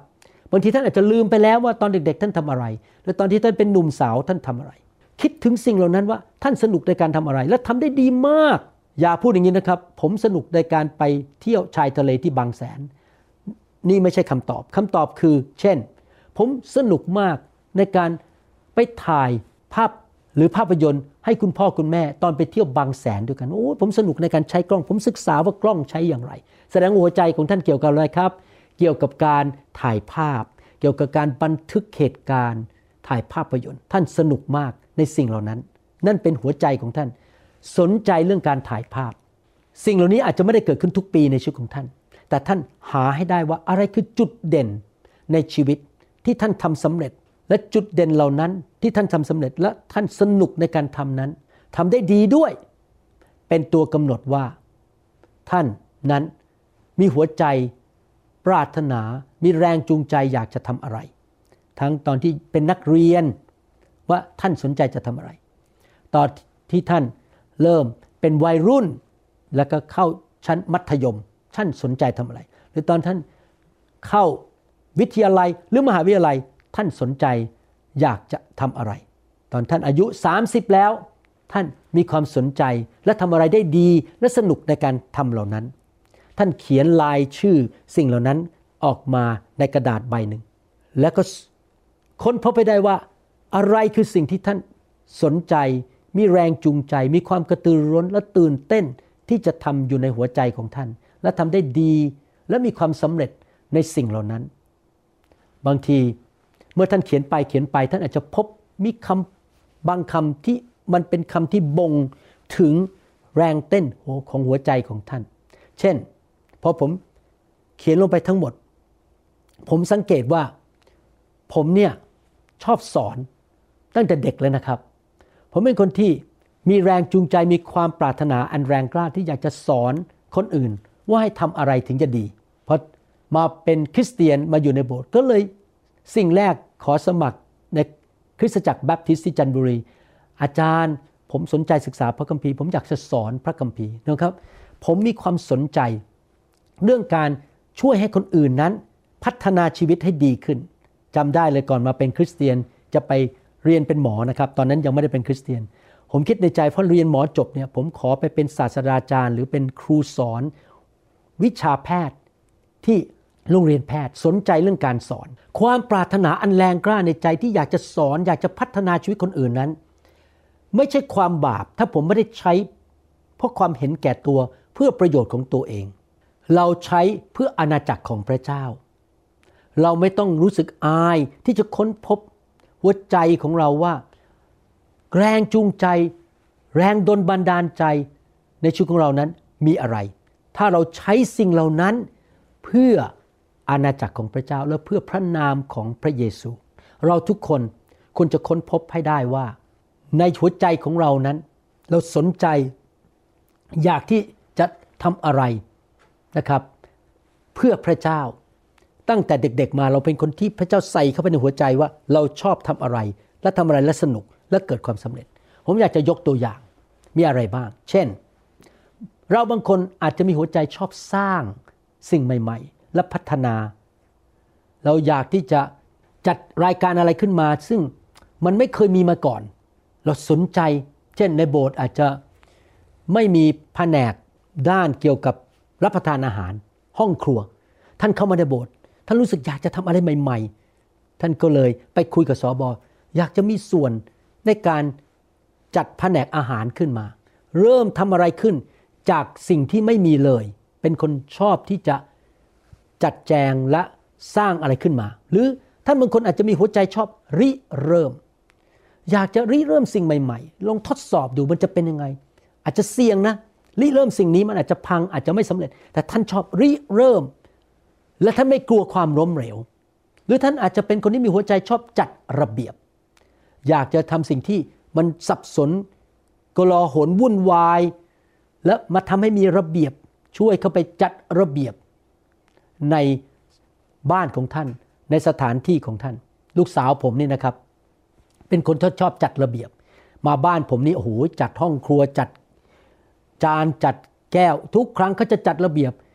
บางทีท่านอาจจะลืมไปแล้วว่าตอนเด็กๆท่านทำอะไรและตอนที่ท่านเป็นหนุ่มสาวท่านทำอะไรคิดถึงสิ่งเหล่านั้นว่าท่านสนุกในการทำอะไรและทำได้ดีมากอย่าพูดอย่างนี้นะครับผมสนุกในการไปเที่ยวชายทะเลที่บางแสนนี่ไม่ใช่คำตอบคำตอบคือเช่นผมสนุกมากในการไปถ่ายภาพหรือภาพยนตร์ให้คุณพ่อคุณแม่ตอนไปเที่ยวบางแสนด้วยกันโอ้ผมสนุกในการใช้กล้องผมศึกษาว่ากล้องใช้อย่างไรแสดงหัวใจของท่านเกี่ยวกับอะไรครับเกี่ยวกับการถ่ายภาพเกี่ยวกับการบันทึกเหตุการณ์ถ่ายภาพยนตร์ท่านสนุกมากในสิ่งเหล่านั้นนั่นเป็นหัวใจของท่านสนใจเรื่องการถ่ายภาพสิ่งเหล่านี้อาจจะไม่ได้เกิดขึ้นทุกปีในชีวิตของท่านแต่ท่านหาให้ได้ว่าอะไรคือจุดเด่นในชีวิตที่ท่านทำสำเร็จและจุดเด่นเหล่านั้นที่ท่านทำสำเร็จและท่านสนุกในการทำนั้นทำได้ดีด้วยเป็นตัวกำหนดว่าท่านนั้นมีหัวใจปรารถนามีแรงจูงใจอยากจะทำอะไรทั้งตอนที่เป็นนักเรียนว่าท่านสนใจจะทำอะไรตอนที่ท่านเริ่มเป็นวัยรุ่นแล้วก็เข้าชั้นมัธยมท่านสนใจทำอะไรหรือตอนท่านเข้าวิทยาลัยหรือมหาวิทยาลัยท่านสนใจอยากจะทำอะไรตอนท่านอายุสามสิบแล้วท่านมีความสนใจและทำอะไรได้ดีและสนุกในการทำเหล่านั้นท่านเขียนรายชื่อสิ่งเหล่านั้นออกมาในกระดาษใบหนึ่งแล้วก็ค้นพบไปได้ว่าอะไรคือสิ่งที่ท่านสนใจมีแรงจูงใจมีความกระตือรือร้นและตื่นเต้นที่จะทำอยู่ในหัวใจของท่านและทำได้ดีและมีความสำเร็จในสิ่งเหล่านั้นบางทีเมื่อท่านเขียนไปเขียนไปท่านอาจจะพบมีคำบางคำที่มันเป็นคำที่บ่งถึงแรงเต้นของหัวใจของท่านเช่นพอผมเขียนลงไปทั้งหมดผมสังเกตว่าผมเนี่ยชอบสอนตั้งแต่เด็กเลยนะครับผมเป็นคนที่มีแรงจูงใจมีความปรารถนาอันแรงกล้าที่อยากจะสอนคนอื่นว่าให้ทำอะไรถึงจะดีพอมาเป็นคริสเตียนมาอยู่ในโบสถ์ก็เลยสิ่งแรกขอสมัครในคริสตจักรแบปทิสต์ที่จันทบุรีอาจารย์ผมสนใจศึกษาพระคัมภีร์ผมอยากจะสอนพระคัมภีร์นะครับผมมีความสนใจเรื่องการช่วยให้คนอื่นนั้นพัฒนาชีวิตให้ดีขึ้นจำได้เลยก่อนมาเป็นคริสเตียนจะไปเรียนเป็นหมอนะครับตอนนั้นยังไม่ได้เป็นคริสเตียนผมคิดในใจพอเรียนหมอจบเนี่ยผมขอไปเป็นศาสตราจารย์หรือเป็นครูสอนวิชาแพทย์ที่โรงเรียนแพทย์สนใจเรื่องการสอนความปรารถนาอันแรงกล้าในใจที่อยากจะสอนอยากจะพัฒนาชีวิตคนอื่นนั้นไม่ใช่ความบาปถ้าผมไม่ได้ใช้เพราะความเห็นแก่ตัวเพื่อประโยชน์ของตัวเองเราใช้เพื่ออาณาจักรของพระเจ้าเราไม่ต้องรู้สึกอายที่จะค้นพบหัวใจของเราว่าแรงจูงใจแรงดลบันดาลใจในชีวิตของเรานั้นมีอะไรถ้าเราใช้สิ่งเหล่านั้นเพื่ออาณาจักรของพระเจ้าและเพื่อพระนามของพระเยซูเราทุกคนควรจะค้นพบให้ได้ว่าในหัวใจของเรานั้นเราสนใจอยากที่จะทำอะไรนะครับเพื่อพระเจ้าตั้งแต่เด็กๆมาเราเป็นคนที่พระเจ้าใส่เข้าไปในหัวใจว่าเราชอบทำอะไรและทำอะไรและสนุกและเกิดความสำเร็จผมอยากจะยกตัวอย่างมีอะไรบ้างเช่นเราบางคนอาจจะมีหัวใจชอบสร้างสิ่งใหม่ๆและพัฒนาเราอยากที่จะจัดรายการอะไรขึ้นมาซึ่งมันไม่เคยมีมาก่อนเราสนใจเช่นในโบสถ์อาจจะไม่มีแผนกด้านเกี่ยวกับรับประทานอาหารห้องครัวท่านเข้ามาในโบสถ์ท่านรู้สึกอยากจะทำอะไรใหม่ๆท่านก็เลยไปคุยกับสบอยากจะมีส่วนในการจัดแผนกอาหารขึ้นมาเริ่มทำอะไรขึ้นจากสิ่งที่ไม่มีเลยเป็นคนชอบที่จะจัดแจงและสร้างอะไรขึ้นมาหรือท่านบางคนอาจจะมีหัวใจชอบริเริ่มอยากจะริเริ่มสิ่งใหม่ๆลองทดสอบดูมันจะเป็นยังไงอาจจะเสี่ยงนะริเริ่มสิ่งนี้มันอาจจะพังอาจจะไม่สำเร็จแต่ท่านชอบริเริ่มและท่านไม่กลัวความล้มเหลวหรือท่านอาจจะเป็นคนที่มีหัวใจชอบจัดระเบียบอยากจะทำสิ่งที่มันสับสนกลาหลวุ่นวายและมาทำให้มีระเบียบช่วยเข้าไปจัดระเบียบในบ้านของท่านในสถานที่ของท่านลูกสาวผมนี่นะครับเป็นคนที่ชอบจัดระเบียบมาบ้านผมนี่โอ้โหจัดห้องครัวจัดจานจัดแก้วทุกครั้งเขาจะจัดระเบียบ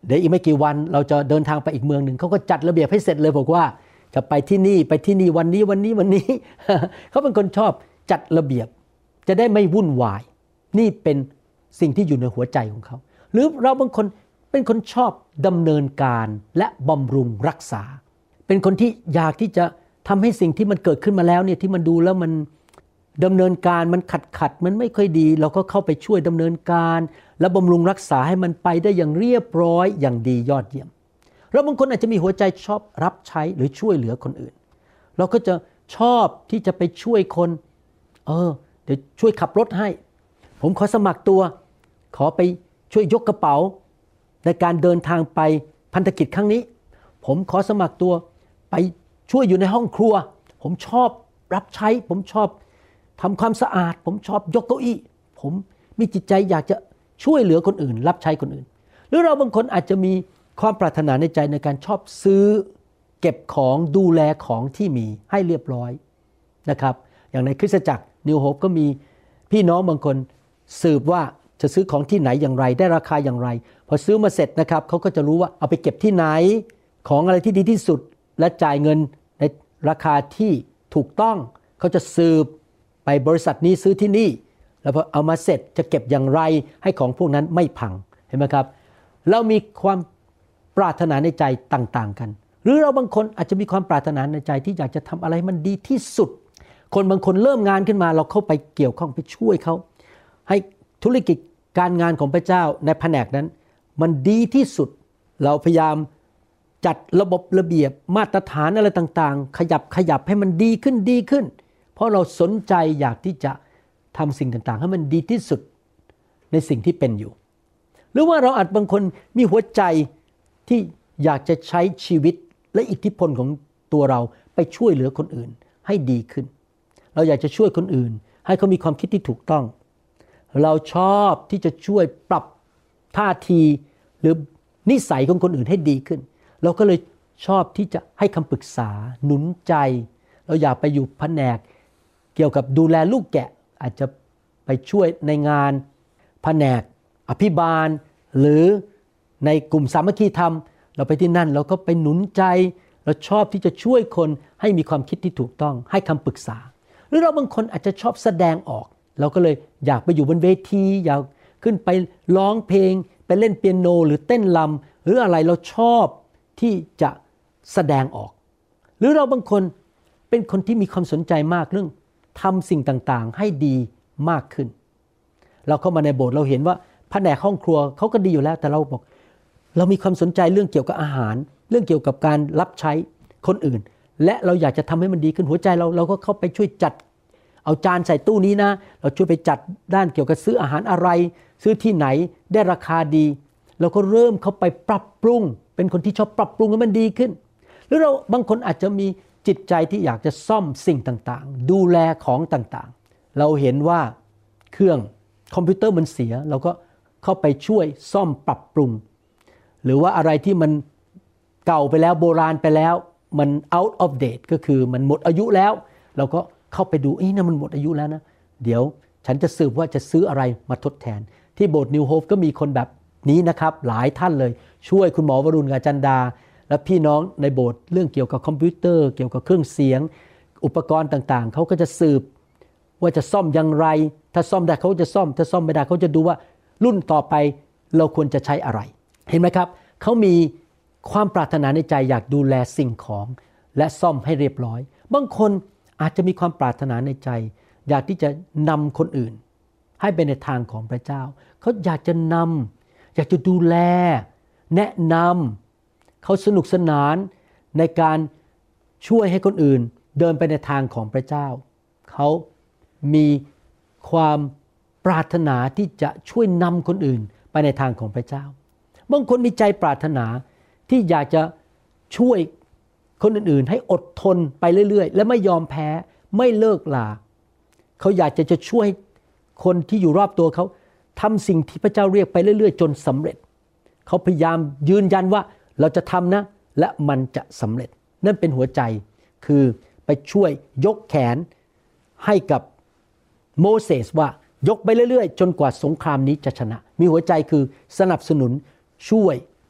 เดี๋ยวอีกไม่กี่วันเราจะเดินทางไปอีกเมืองหนึ่งเขาก็จัดระเบียบให้เสร็จเลยบอกว่าจะไปที่นี่ไปที่นี่วันนี้วันนี้วันนี้ เขาเป็นคนชอบจัดระเบียบจะได้ไม่วุ่นวายนี่เป็นสิ่งที่อยู่ในหัวใจของเขาหรือเราบางคนเป็นคนชอบดำเนินการและบำรุงรักษาเป็นคนที่อยากที่จะทำให้สิ่งที่มันเกิดขึ้นมาแล้วเนี่ยที่มันดูแล้วมันดำเนินการมันขัดขัดมันไม่ค่อยดีเราก็เข้าไปช่วยดำเนินการและบำรุงรักษาให้มันไปได้อย่างเรียบร้อยอย่างดียอดเยี่ยมเราบางคนอาจจะมีหัวใจชอบรับใช้หรือช่วยเหลือคนอื่นเราก็จะชอบที่จะไปช่วยคนเออเดี๋ยวช่วยขับรถให้ผมขอสมัครตัวขอไปช่วยยกกระเป๋าในการเดินทางไปพันธกิจครั้งนี้ผมขอสมัครตัวไปช่วยอยู่ในห้องครัวผมชอบรับใช้ผมชอบทำความสะอาดผมชอบยกเก้าอี้ผมมีจิตใจอยากจะช่วยเหลือคนอื่นรับใช้คนอื่นหรือเราบางคนอาจจะมีความปรารถนาในใจในการชอบซื้อเก็บของดูแลของที่มีให้เรียบร้อยนะครับอย่างในคริสตจักร New Hope ก็มีพี่น้องบางคนสืบว่าจะซื้อของที่ไหนอย่างไรได้ราคาอย่างไรพอซื้อมาเสร็จนะครับเขาก็จะรู้ว่าเอาไปเก็บที่ไหนของอะไรที่ดีที่สุดและจ่ายเงินในราคาที่ถูกต้องเขาจะสืบไปบริษัทนี้ซื้อที่นี่แล้วพอเอามาเสร็จจะเก็บอย่างไรให้ของพวกนั้นไม่พังเห็นไหมครับเรามีความปรารถนาในใจต่างๆกันหรือเราบางคนอาจจะมีความปรารถนาในใจที่อยากจะทำอะไรมันดีที่สุดคนบางคนเริ่มงานขึ้นมาเราเข้าไปเกี่ยวข้องไปช่วยเขาให้ธุรกิจการงานของพระเจ้าในแผนกนั้นมันดีที่สุดเราพยายามจัดระบบระเบียบมาตรฐานอะไรต่างๆขยับขยับให้มันดีขึ้นดีขึ้นเพราะเราสนใจอยากที่จะทำสิ่งต่างๆให้มันดีที่สุดในสิ่งที่เป็นอยู่หรือว่าเราอาจบางคนมีหัวใจที่อยากจะใช้ชีวิตและอิทธิพลของตัวเราไปช่วยเหลือคนอื่นให้ดีขึ้นเราอยากจะช่วยคนอื่นให้เขามีความคิดที่ถูกต้องเราชอบที่จะช่วยปรับท่าทีหรือนิสัยของคนอื่นให้ดีขึ้นเราก็เลยชอบที่จะให้คำปรึกษาหนุนใจเราอยากไปอยู่แผนกเกี่ยวกับดูแลลูกแกะอาจจะไปช่วยในงานแผนกอภิบาลหรือในกลุ่มสามัคคีธรรมเราไปที่นั่นเราก็ไปหนุนใจเราชอบที่จะช่วยคนให้มีความคิดที่ถูกต้องให้คำปรึกษาหรือเราบางคนอาจจะชอบแสดงออกเราก็เลยอยากไปอยู่บนเวทีอยากขึ้นไปร้องเพลงไปเล่นเปียโนหรือเต้นรำหรืออะไรเราชอบที่จะแสดงออกหรือเราบางคนเป็นคนที่มีความสนใจมากเรื่องทำสิ่งต่างๆให้ดีมากขึ้นเราเข้ามาในโบสถ์เราเห็นว่าแผนกห้องครัวเขาก็ดีอยู่แล้วแต่เราบอกเรามีความสนใจเรื่องเกี่ยวกับอาหารเรื่องเกี่ยวกับการรับใช้คนอื่นและเราอยากจะทำให้มันดีขึ้นหัวใจเราเราก็เข้าไปช่วยจัดเอาจานใส่ตู้นี้นะเราช่วยไปจัดด้านเกี่ยวกับซื้ออาหารอะไรซื้อที่ไหนได้ราคาดีเราก็เริ่มเข้าไปปรับปรุงเป็นคนที่ชอบปรับปรุงให้มันดีขึ้นหรือเราบางคนอาจจะมีจิตใจที่อยากจะซ่อมสิ่งต่างๆดูแลของต่างๆเราเห็นว่าเครื่องคอมพิวเตอร์มันเสียเราก็เข้าไปช่วยซ่อมปรับปรุงหรือว่าอะไรที่มันเก่าไปแล้วโบราณไปแล้วมัน out of date ก็คือมันหมดอายุแล้วเราก็เข้าไปดูเอ้ยนะมันหมดอายุแล้วนะเดี๋ยวฉันจะสืบว่าจะซื้ออะไรมาทดแทนที่โบสถ์ New Hope ก็มีคนแบบนี้นะครับหลายท่านเลยช่วยคุณหมอวรุณกับจันดาและพี่น้องในโบสถ์เรื่องเกี่ยวกับคอมพิวเตอร์เกี่ยวกับเครื่องเสียงอุปกรณ์ต่างๆเขาก็จะสืบว่าจะซ่อมอย่างไรถ้าซ่อมได้เขาจะซ่อมถ้าซ่อมไม่ได้เขาจะดูว่ารุ่นต่อไปเราควรจะใช้อะไรเห็นไหมครับเขามีความปรารถนาในใจอยากดูแลสิ่งของและซ่อมให้เรียบร้อยบางคนอาจจะมีความปรารถนาในใจอยากที่จะนำคนอื่นให้ไปในทางของพระเจ้าเขาอยากจะนำอยากจะดูแลแนะนำเขาสนุกสนานในการช่วยให้คนอื่นเดินไปในทางของพระเจ้าเขามีความปรารถนาที่จะช่วยนำคนอื่นไปในทางของพระเจ้าบางคนมีใจปรารถนาที่อยากจะช่วยคนอื่นๆให้อดทนไปเรื่อยๆและไม่ยอมแพ้ไม่เลิกลาเขาอยากจะจะช่วยคนที่อยู่รอบตัวเขาทำสิ่งที่พระเจ้าเรียกไปเรื่อยๆจนสำเร็จเขาพยายามยืนยันว่าเราจะทำนะและมันจะสำเร็จนั่นเป็นหัวใจคือไปช่วยยกแขนให้กับโมเสสว่ายกไปเรื่อยๆจนกว่าสงครามนี้จะชนะมีหัวใจคือสนับสนุนช่วย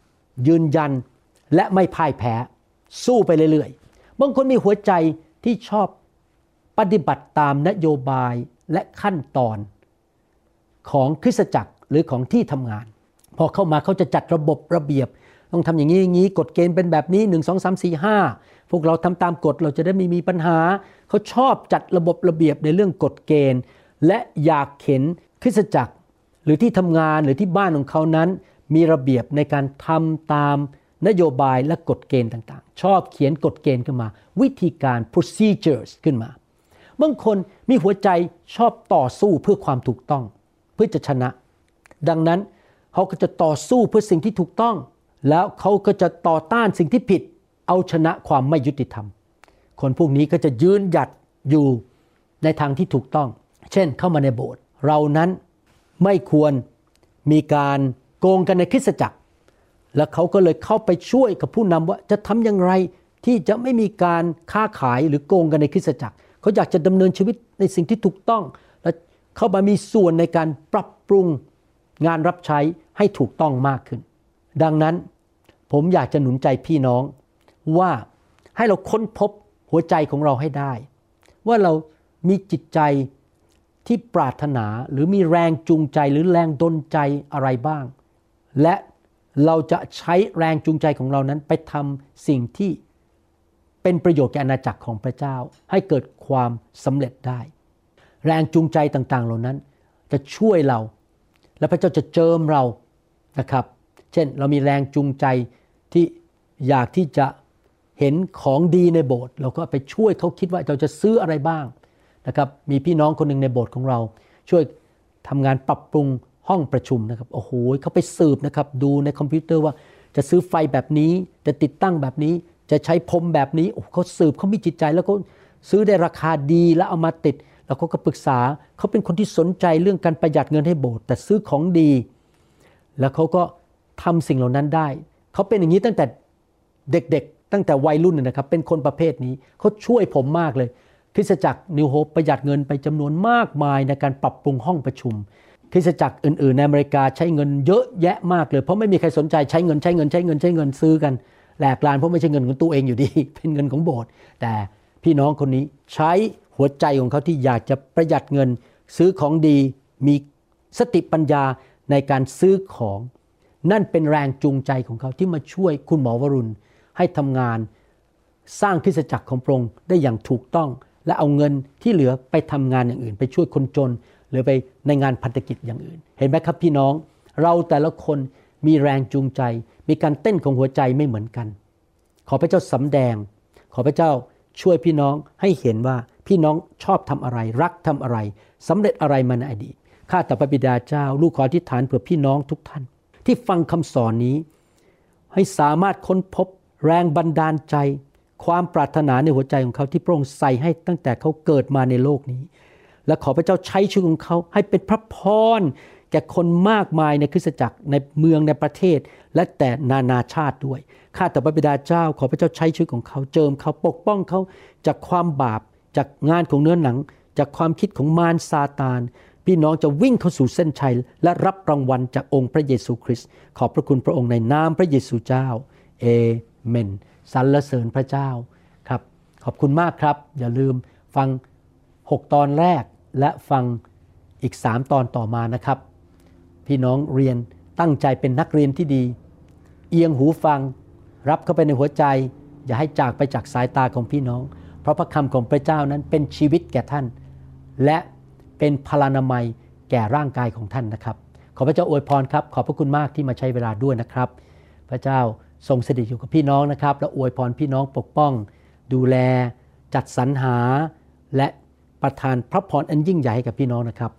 ยืนยันและไม่พ่ายแพ้สู้ไปเรื่อยๆบางคนมีหัวใจที่ชอบปฏิบัติตามนโยบายและขั้นตอนของคริสตจักรหรือของที่ทำงานพอเข้ามาเขาจะจัดระบบระเบียบต้องทำอย่างนี้อย่างนี้กฎเกณฑ์เป็นแบบนี้หนึ่ง สอง สาม สี่ ห้าพวกเราทำตามกฎเราจะได้ไม่มีปัญหาเขาชอบจัดระบบระเบียบในเรื่องกฎเกณฑ์และอยากเห็นคริสตจักรหรือที่ทำงานหรือที่บ้านของเขานั้นมีระเบียบในการทำตามนโยบายและกฎเกณฑ์ต่างๆชอบเขียนกฎเกณฑ์ขึ้นมาวิธีการ procedures ขึ้นมาบางคนมีหัวใจชอบต่อสู้เพื่อความถูกต้องเพื่อจะชนะดังนั้นเขาก็จะต่อสู้เพื่อสิ่งที่ถูกต้องแล้วเขาก็จะต่อต้านสิ่งที่ผิดเอาชนะความไม่ยุติธรรมคนพวกนี้ก็จะยืนหยัดอยู่ในทางที่ถูกต้องเช่นเข้ามาในโบสถ์เรานั้นไม่ควรมีการโกงกันในคริสตจักรแล้วเขาก็เลยเข้าไปช่วยกับผู้นำว่าจะทำอย่างไรที่จะไม่มีการค้าขายหรือโกงกันในคริสตจักรเขาอยากจะดำเนินชีวิตในสิ่งที่ถูกต้องและเข้ามามีส่วนในการปรับปรุงงานรับใช้ให้ถูกต้องมากขึ้นดังนั้นผมอยากจะหนุนใจพี่น้องว่าให้เราค้นพบหัวใจของเราให้ได้ว่าเรามีจิตใจที่ปรารถนาหรือมีแรงจูงใจหรือแรงดลใจอะไรบ้างและเราจะใช้แรงจูงใจของเรานั้นไปทำสิ่งที่เป็นประโยชน์แก่อาณาจักรของพระเจ้าให้เกิดความสำเร็จได้แรงจูงใจต่างๆเหล่านั้นจะช่วยเราและพระเจ้าจะเจิมเรานะครับเช่นเรามีแรงจูงใจที่อยากที่จะเห็นของดีในโบสถ์เราก็ไปช่วยเขาคิดว่าเราจะซื้ออะไรบ้างนะครับมีพี่น้องคนหนึ่งในโบสถ์ของเราช่วยทำงานปรับปรุงห้องประชุมนะครับโอ้โหเขาไปสืบนะครับดูในคอมพิวเตอร์ว่าจะซื้อไฟแบบนี้จะติดตั้งแบบนี้จะใช้พรมแบบนี้โอ้เขาสืบเขามีจิตใจแล้วก็ซื้อได้ราคาดีแล้วเอามาติดแล้วเขาก็ปรึกษาเขาเป็นคนที่สนใจเรื่องการประหยัดเงินให้โบสถ์แต่ซื้อของดีแล้วเขาก็ทำสิ่งเหล่านั้นได้เขาเป็นอย่างนี้ตั้งแต่เด็กๆตั้งแต่วัยรุ่นนะครับเป็นคนประเภทนี้เขาช่วยผมมากเลยคริสตจักร New Hope ประหยัดเงินไปจำนวนมากมายในการปรับปรุงห้องประชุมคริสตจักรอื่นๆในอเมริกาใช้เงินเยอะแยะมากเลยเพราะไม่มีใครสนใจใช้เงินใช้เงินใช้เงินใช้เงินซื้อกันแหลกลานเพราะไม่ใช่เงินของตัวเองอยู่ดีเป็นเงินของโบสถ์แต่พี่น้องคนนี้ใช้หัวใจของเขาที่อยากจะประหยัดเงินซื้อของดีมีสติปัญญาในการซื้อของนั่นเป็นแรงจูงใจของเขาที่มาช่วยคุณหมอวรุณให้ทำงานสร้างคริสตจักรของพระองค์ได้อย่างถูกต้องและเอาเงินที่เหลือไปทำงานอย่างอื่นไปช่วยคนจนหรือไปในงานพันธกิจอย่างอื่นเห็นไหมครับพี่น้องเราแต่ละคนมีแรงจูงใจมีการเต้นของหัวใจไม่เหมือนกันขอพระเจ้าสำแดงขอพระเจ้าช่วยพี่น้องให้เห็นว่าพี่น้องชอบทำอะไรรักทำอะไรสำเร็จอะไรมาในอดีตข้าแต่พระบิดาเจ้าลูกขออธิษฐานเผื่อพี่น้องทุกท่านที่ฟังคำสอนนี้ให้สามารถค้นพบแรงบันดาลใจความปรารถนาในหัวใจของเขาที่พระองค์ใส่ให้ตั้งแต่เขาเกิดมาในโลกนี้และขอพระเจ้าใช้ชีวิตของเขาให้เป็นพระพรแก่คนมากมายในคริสตจักรในเมืองในประเทศและแต่นานาชาติด้วยข้าแต่พระบิดาเจ้าขอพระเจ้าใช้ชีวิตของเขาเจิมเขาปกป้องเขาจากความบาปจากงานของเนื้อหนังจากความคิดของมารซาตานพี่น้องจะวิ่งเข้าสู่เส้นชัยและรับรางวัลจากองค์พระเยซูคริสต์ขอบพระคุณพระองค์ในนามพระเยซูเจ้าเอเมนสรรเสริญพระเจ้าครับขอบคุณมากครับอย่าลืมฟังหกตอนแรกและฟังอีกสามตอนต่อมานะครับพี่น้องเรียนตั้งใจเป็นนักเรียนที่ดีเอียงหูฟังรับเข้าไปในหัวใจอย่าให้จากไปจากสายตาของพี่น้องเพราะพระคำของพระเจ้านั้นเป็นชีวิตแก่ท่านและเป็นพลานามัยแก่ร่างกายของท่านนะครับขอพระเจ้าอวยพรครับขอบพระคุณมากที่มาใช้เวลาด้วยนะครับพระเจ้าทรงสถิตอยู่กับพี่น้องนะครับและอวยพรพี่น้องปกป้องดูแลจัดสรรหาและประทานพระพรอันยิ่งใหญ่ให้กับพี่น้องนะครับ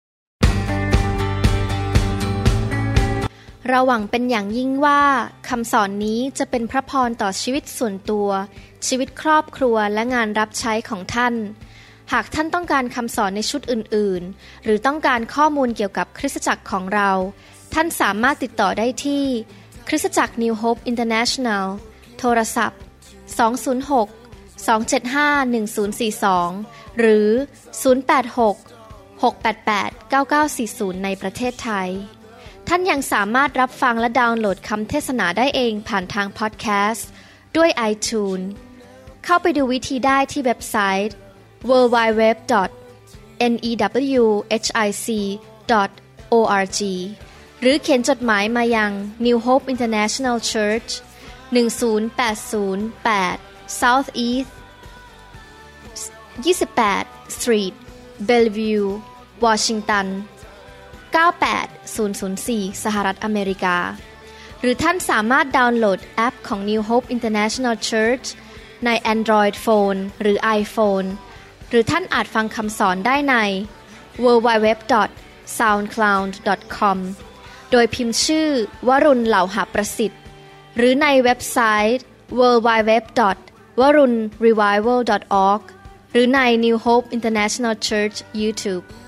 เราหวังเป็นอย่างยิ่งว่าคำสอนนี้จะเป็นพระพรต่อชีวิตส่วนตัวชีวิตครอบครัวและงานรับใช้ของท่านหากท่านต้องการคำสอนในชุดอื่นๆหรือต้องการข้อมูลเกี่ยวกับคริสตจักรของเราท่านสามารถติดต่อได้ที่คริสตจักร New Hope International โทรศัพท์สอง ศูนย์ หก สอง เจ็ด ห้า หนึ่ง ศูนย์ สี่ สองหรือศูนย์ แปด หก หก แปด แปด เก้า เก้า สี่ ศูนย์ในประเทศไทยท่านยังสามารถรับฟังและดาวน์โหลดคำเทศนาได้เองผ่านทางพอดแคสต์ด้วย iTunes เข้าไปดูวิธีได้ที่เว็บไซต์ ดับเบิลยู ดับเบิลยู ดับเบิลยู ดอท เน อี ดับเบิลยู เอช ไอ ซี ดอท โอ อาร์ จี หรือเขียนจดหมายมายัง New Hope International Church หนึ่งศูนย์แปดศูนย์แปด South East ยี่สิบแปด Street Bellevue Washington เก้าแปดศูนย์ศูนย์สี่ สหรัฐอเมริกาหรือท่านสามารถดาวน์โหลดแอปของ New Hope International Church ใน Android Phone หรือ iPhone หรือท่านอาจฟังคำสอนได้ใน ดับเบิลยู ดับเบิลยู ดับเบิลยู ดอท ซาวด์คลาวด์ ดอท คอม โดยพิมพ์ชื่อวรุณเหล่าหประสิทธิ์หรือในเว็บไซต์ ดับเบิลยู ดับเบิลยู ดับเบิลยู ดอท วรุณรีไววัล ดอท ออร์ก หรือใน New Hope International Church YouTube